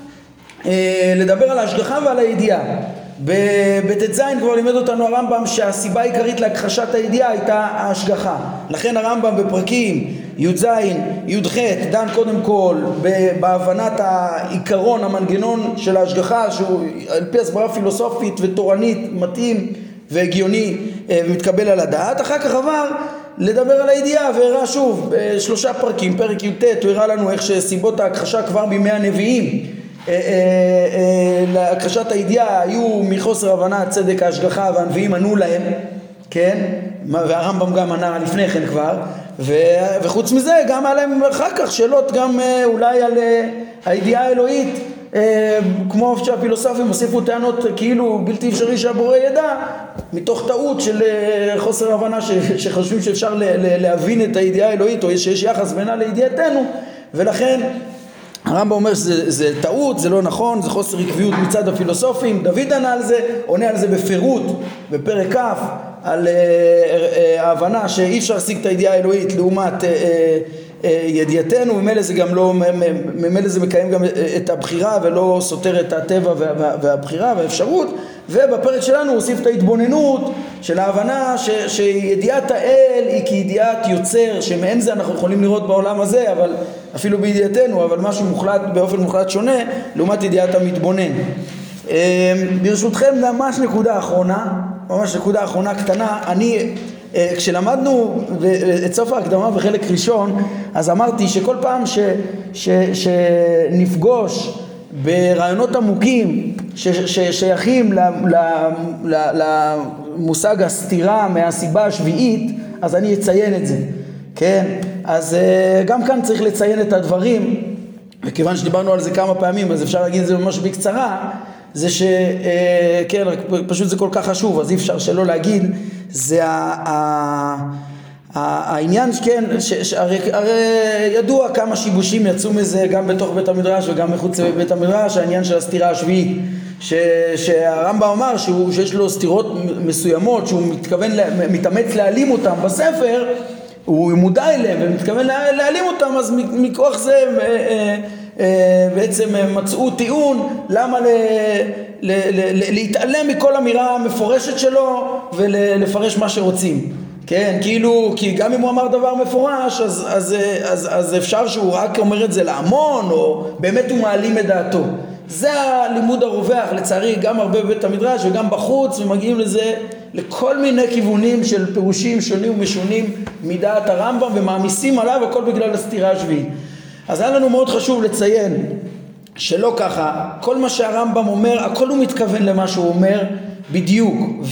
לדבר על ההשגחה ועל הידיעה. בט"ז כבר לימד אותנו הרמב"ם שהסיבה העיקרית להכחשת הידיעה הייתה ההשגחה. לכן הרמב"ם בפרקים י"ז, י"ח דן קודם כל בהבנת העיקרון, המנגנון של ההשגחה, שהוא על פי הסברה פילוסופית ותורנית מתאים והגיוני ומתקבל על הדעת. אחר כך עבר לדבר על הידיעה והראה שוב בשלושה פרקים. פרק י"ט הוא הראה לנו איך שסיבות ההכחשה כבר בימי הנביאים להכחשת הידיעה היו מחוסר הבנה צדק ההשגחה, והנביאים ענו להם, כן, והרמב"ם גם ענה לפני כן כבר, וחוץ מזה גם עליהם אחר כך שאלות גם אולי על הידיעה האלוהית, כמו שהפילוסופים הוסיפו טענות כאילו בלתי אפשרי שהבורא ידע, מתוך טעות של חוסר הבנה שחושבים שאפשר להבין את הידיעה האלוהית, או שיש יחס בינה לידיעתנו, ולכן הרמב"ם אומר שזה טעות, זה לא נכון, זה חוסר עקביות מצד הפילוסופים. דוד ענה על זה, עונה על זה בפירוט בפרק כ', על ההבנה שאי אפשר להשיג את הידיעה האלוהית לעומת ידיעתנו, ממילא זה גם לא, ממילא זה מקיים גם את הבחירה ולא סותר את הטבע והבחירה והאפשרות. ובפרק שלנו הוסיף את ההתבוננות של ההבנה שידיעת האל היא כידיעת יוצר, שמעין זה אנחנו יכולים לראות בעולם הזה, אבל אפילו בידיעתנו, אבל משהו מוחלט, באופן מוחלט שונה לעומת ידיעת המתבונן. ברשותכם ממש נקודה אחרונה קטנה. אני כשלמדנו את סוף ההקדמה בחלק ראשון, אז אמרתי שכל פעם שנפגוש ברעיונות עמוקים ששייכים למושג הסתירה מהסיבה השביעית, אז אני אציין את זה, כן? אז גם כאן צריך לציין את הדברים, וכיוון שדיברנו על זה כמה פעמים, אז אפשר להגיד את זה ממש בקצרה. זה כן, פשוט זה כל כך חשוב, אז אי אפשר שלא להגיד. זה העניין, כן, הרי ידוע כמה שיבושים יצאו מזה גם בתוך בית המדרש וגם מחוץ לבית המדרש, העניין של הסתירה השביעית, שהרמב"ם אמר שיש לו סתירות מסוימות שהוא מתאמץ להעלים אותם בספר, הוא מודע אליהם ומתכוון להעלים אותם, אז מכוח זה בעצם מצאו טיעון למה להתעלם מכל אמירה מפורשת שלו ולפרש מה שרוצים. כן, כאילו, כי גם אם הוא אמר דבר מפורש, אז אפשר שהוא רק אומר את זה להמון, או באמת הוא מעלים את דעתו. זה הלימוד הרווח, לצערי, גם הרבה בבית המדרש וגם בחוץ, ומגיעים לזה לכל מיני כיוונים של פירושים שונים ומשונים מדעת הרמב"ם, ומעמיסים עליו הכל בגלל הסתירה השביעית. אז היה לנו מאוד חשוב לציין שלא ככה, כל מה שהרמב"ם אומר, הכל הוא מתכוון למה שהוא אומר בדיוק,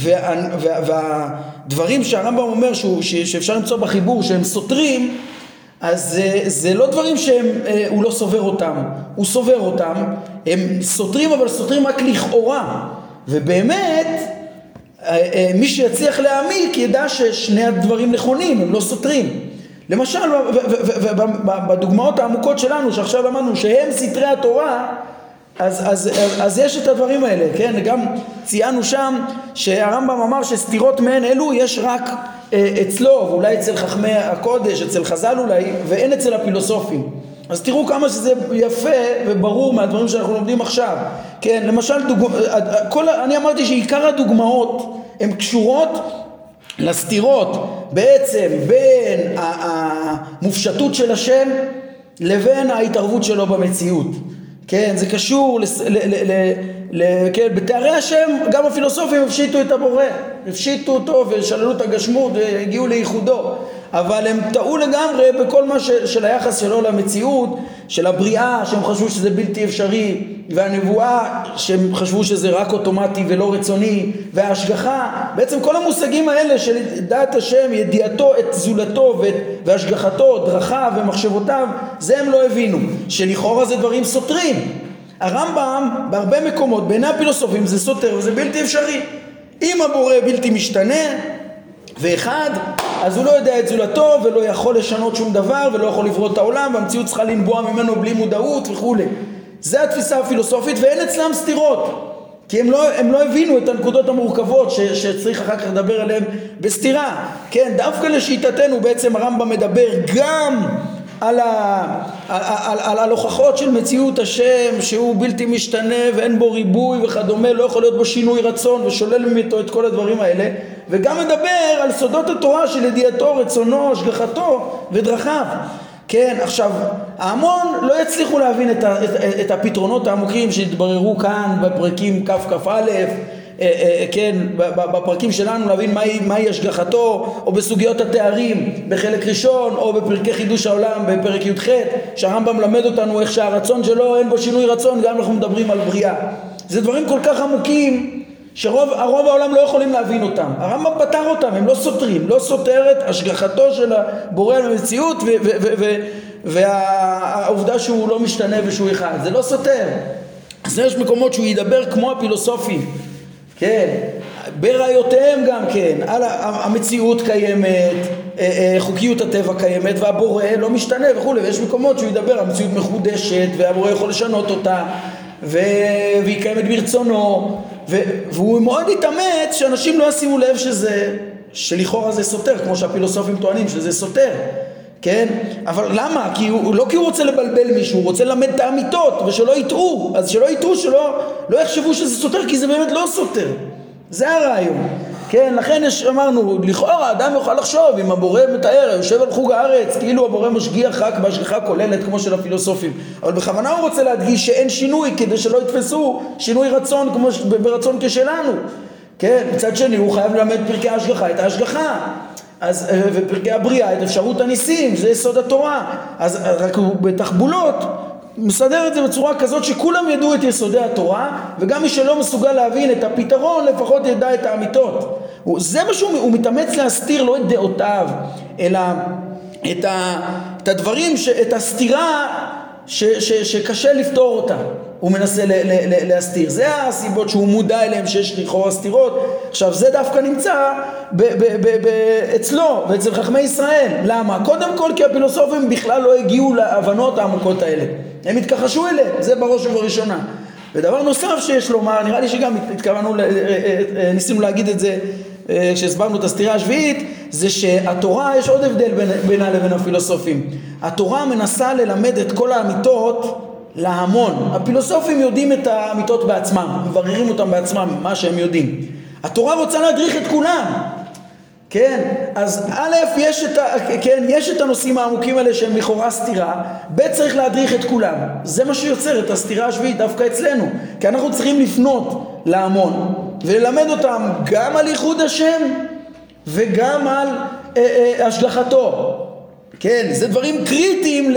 והדברים שהרמב"ם אומר שאפשר למצוא בחיבור שהם סותרים, אז זה לא דברים שהוא לא סובר אותם, הוא סובר אותם, הם סותרים אבל סותרים רק לכאורה, ובאמת מי שיצליח להעמיק ידע ששני הדברים נכונים, הם לא סותרים. למשל בדוגמאות העמוקות שלנו שעכשיו אמרנו שהם סתרי התורה, אז יש את הדברים האלה, כן? גם ציינו שם שהרמב"ם אמר שסתירות מהן אלו יש רק אצלו, ואולי אצל חכמי הקודש, אצל חז"ל אולי, ואין אצל הפילוסופים. אז תראו כמה שזה יפה וברור מהדברים שאנחנו לומדים עכשיו. כן, למשל, אני אמרתי שעיקר הדוגמאות הן קשורות לסתירות בעצם בין המופשטות של השם לבין ההתערבות שלו במציאות. כן, זה קשור כן, בתארי השם גם הפילוסופים הפשיטו את הבורא, הפשיטו אותו ושללו את הגשמות והגיעו לייחודו, אבל הם טעו לגמרי בכל מה של היחס שלו למציאות, של הבריאה שהם חשבו שזה בלתי אפשרי, והנבואה שהם חשבו שזה רק אוטומטי ולא רצוני, וההשגחה, בעצם כל המושגים האלה של דעת השם, ידיעתו את זולתו והשגחתו, דרכיו ומחשבותיו, זה הם לא הבינו, שלכאורה זה דברים סותרים. הרמב"ם בהרבה מקומות בעיני הפילוסופים זה סותר וזה בלתי אפשרי. אם הבורא בלתי משתנה ואחד, אז הוא לא יודע את זולתו ולא יכול לשנות שום דבר ולא יכול לברוא את העולם, והמציאות צריכה לנבוע ממנו בלי מודעות וכו'. זה התפיסה הפילוסופית, ואין אצלם סתירות, כי הם לא הבינו את הנקודות המורכבות שצריך אחר כך לדבר עליהן בסתירה. כן, דווקא לשיטתנו בעצם הרמב"ם מדבר גם על הוכחות של מציאות השם שהוא בלתי משתנה ואין בו ריבוי וכדומה, לא יכול להיות בו שינוי רצון, ושולל ממנו את כל הדברים האלה, וגם מדבר על סודות התורה של ידיעתו, רצונו, השגחתו ודרכיו. כן, עכשיו ההמון לא יצליחו להבין את הפתרונות העמוקים שהתבררו כאן בפרקים כ"א, כן, בפרקים שלנו להבין מהי השגחתו, או בסוגיות התארים בחלק ראשון, או בפרקי חידוש העולם בפרק י"ח, שהרמב"ם למד אותנו איך שהרצון שלו אין בו שינוי רצון, גם אנחנו מדברים על בריאה. זה דברים כל כך עמוקים שרוב העולם לא יכולים להבין אותם. הרמב"ם פתר אותם, הם לא סותרים, לא סותר את השגחתו של הבורא למציאות והעובדה שהוא לא משתנה ושהוא אחד, זה לא סותר. אז יש מקומות שהוא ידבר כמו הפילוסופים, כן, בראיותיהם גם כן, על המציאות קיימת, חוקיות הטבע קיימת והבורא לא משתנה וכו', ויש מקומות שהוא ידבר על המציאות מחודשת והבורא יכול לשנות אותה והיא קיימת ברצונו, והוא מאוד התאמץ שאנשים לא ישימו לב שלכאורה זה סותר, כמו שהפילוסופים טוענים שזה סותר, כן? אבל למה? לא כי הוא רוצה לבלבל מישהו, הוא רוצה ללמד את האמיתות ושלא יטעו, אז שלא יטעו, שלא יחשבו שזה סותר, כי זה באמת לא סותר. זה הרעיון. כן, לכן אמרנו, לכאורה האדם יוכל לחשוב אם הבורא מתאר, יושב על חוג הארץ, כאילו הבורא משגיח רק בהשגחה כוללת כמו של הפילוסופים. אבל בכוונה הוא רוצה להדגיש שאין שינוי, כדי שלא יתפסו שינוי רצון כמו ברצון כשלנו. כן, מצד שני הוא חייב ללמד פרקי ההשגחה, את ההשגחה. אז ופרקי הבריאה, את אפשרות הניסים, זה יסוד התורה. אז רק הוא בתחבולות מסדר את זה בצורה כזאת שכולם ידעו את יסודי התורה, וגם מי שלא מסוגל להבין את הפתרון לפחות ידע את האמיתות. זה מה שהוא מתאמץ להסתיר, לא את דעותיו, אלא את הדברים, את הסתירה שקשה לפתור אותה, הוא מנסה להסתיר. זה הסיבות שהוא מודע אליהם שיש לכאורה סתירות. עכשיו זה דווקא נמצא אצלו ואצל חכמי ישראל. למה? קודם כל כי הפילוסופים בכלל לא הגיעו להבנות העמוקות האלה, הם התכחשו אליהם, זה בראש ובראשונה. ודבר נוסף שיש לומר, נראה לי שגם התכוונו, ניסינו להגיד את זה כשהסברנו את הסתירה השביעית, זה שהתורה, יש עוד הבדל בינה לבין הפילוסופים. התורה מנסה ללמד את כל האמיתות להמון. הפילוסופים יודעים את האמיתות בעצמם, מבררים אותם בעצמם, מה שהם יודעים. התורה רוצה להדריך את כולם. כן, אז א', יש את הנושאים העמוקים האלה שהם לכאורה סתירה, ב', צריך להדריך את כולם. זה מה שיוצר את הסתירה השביעית דווקא אצלנו, כי אנחנו צריכים לפנות להמון וללמד אותם גם על ייחוד השם וגם על השגחתו. כן, זה דברים קריטיים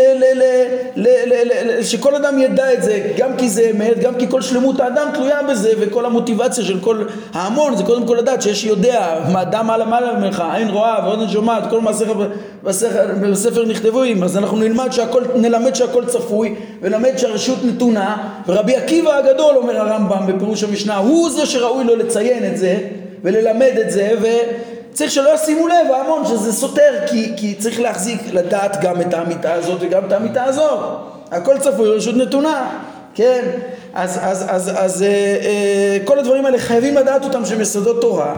שכל אדם ידע את זה, גם כי זה אמת, גם כי כל שלמות האדם תלויה בזה, וכל המוטיבציה של כל ההמון זה קודם כל לדעת שיש יודע מה אדם מעלה ממך, עין רואה ואוזן שומעת, כל מה בספר נכתבוים. אז אנחנו נלמד שהכל צפוי ונלמד שהרשות נתונה, ורבי עקיבא הגדול אומר הרמב"ם בפירוש המשנה, הוא זה שראוי לו לציין את זה וללמד את זה, צריך שלא ישימו לב ההמון שזה סותר, כי צריך להחזיק לדעת גם את האמיתה הזאת וגם את האמיתה הזאת. הכל צפוי, רשות נתונה, כן? אז כל הדברים האלה חייבים לדעת אותם שהם יסודות תורה,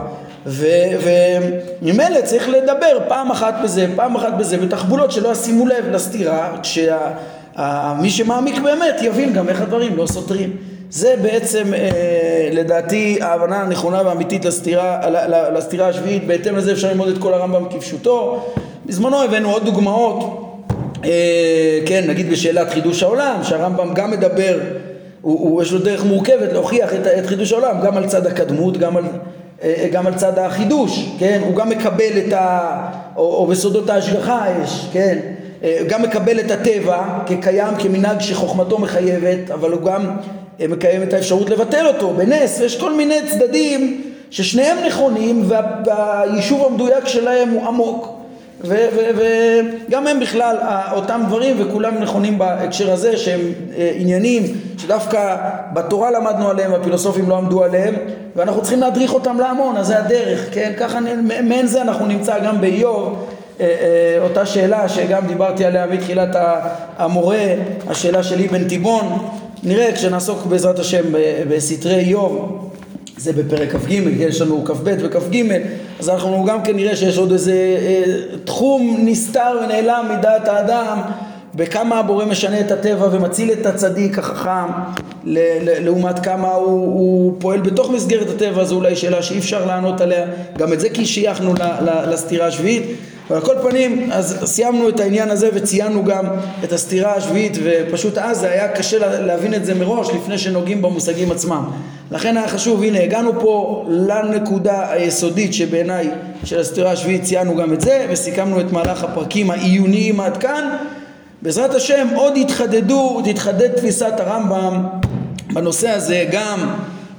וממילא צריך לדבר פעם אחת בזה, בתחבולות שלא ישימו לב לסתירה, מי שמעמיק באמת יבין גם איך הדברים לא סותרים. זה בעצם לדעתי ההבנה הנכונה והאמיתית לסתירה השביעית. בהתאם לזה אפשר ללמוד את כל הרמב"ם כפשוטו. בזמנו הבאנו עוד דוגמאות, כן, נגיד בשאלת חידוש העולם, שהרמב"ם גם מדבר, יש לו דרך מורכבת להוכיח את חידוש העולם, גם על צד הקדמות, גם על צד החידוש, כן? הוא גם מקבל או בסודות ההשגחה יש, כן? גם מקבל את הטבע כקיים, כמנהג שחוכמתו מחייבת, אבל הוא גם מקיים את האפשרות לבטל אותו בנס. ויש כל מיני צדדים ששניהם נכונים, והיישוב המדויק שלהם הוא עמוק, וגם הם בכלל אותם דברים, וכולם נכונים בהקשר הזה, שהם עניינים שדווקא בתורה למדנו עליהם, הפילוסופים לא עמדו עליהם, ואנחנו צריכים להדריך אותם להמון. אז זה הדרך, כן? ככה מעין זה אנחנו נמצא גם באיוב, אותה שאלה שגם דיברתי עליה בתחילת המורה, השאלה של אבן תיבון. נראה כשנעסוק בעזרת השם בסתרי איוב, זה בפרק כ"ג, יש לנו כ"ב וכ"ג, אז אנחנו גם כן נראה שיש עוד איזה תחום נסתר ונעלם מדעת האדם, בכמה הבורא משנה את הטבע ומציל את הצדיק החכם, לעומת כמה הוא פועל בתוך מסגרת הטבע. זו אולי שאלה שאי אפשר לענות עליה, גם את זה כי שייכנו לסתירה השביעית. ועל כל פנים, אז סיימנו את העניין הזה וציינו גם את הסתירה השביעית, ופשוט אז היה קשה להבין את זה מראש לפני שנוגעים במושגים עצמם. לכן היה חשוב, הנה הגענו פה לנקודה היסודית שבעיניי של הסתירה השביעית, ציינו גם את זה וסיכמנו את מהלך הפרקים העיוניים עד כאן. בעזרת השם עוד תתחדד תפיסת הרמב"ם בנושא הזה גם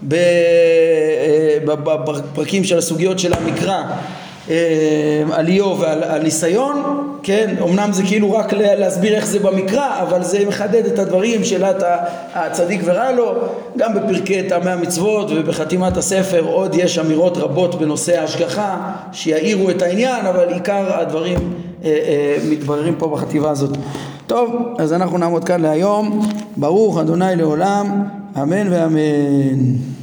בפרקים של הסוגיות של המקרא על איוב ועל הניסיון, כן? אמנם זה כאילו רק להסביר איך זה במקרא, אבל זה מחדד את הדברים שאלת הצדיק ורע לו. גם בפרקי טעמי המצוות ובחתימת הספר עוד יש אמירות רבות בנושא ההשגחה שיעירו את העניין, אבל עיקר הדברים מתבררים פה בחטיבה הזאת. טוב, אז אנחנו נעמוד כאן להיום. ברוך אדוני לעולם, אמן ואמן.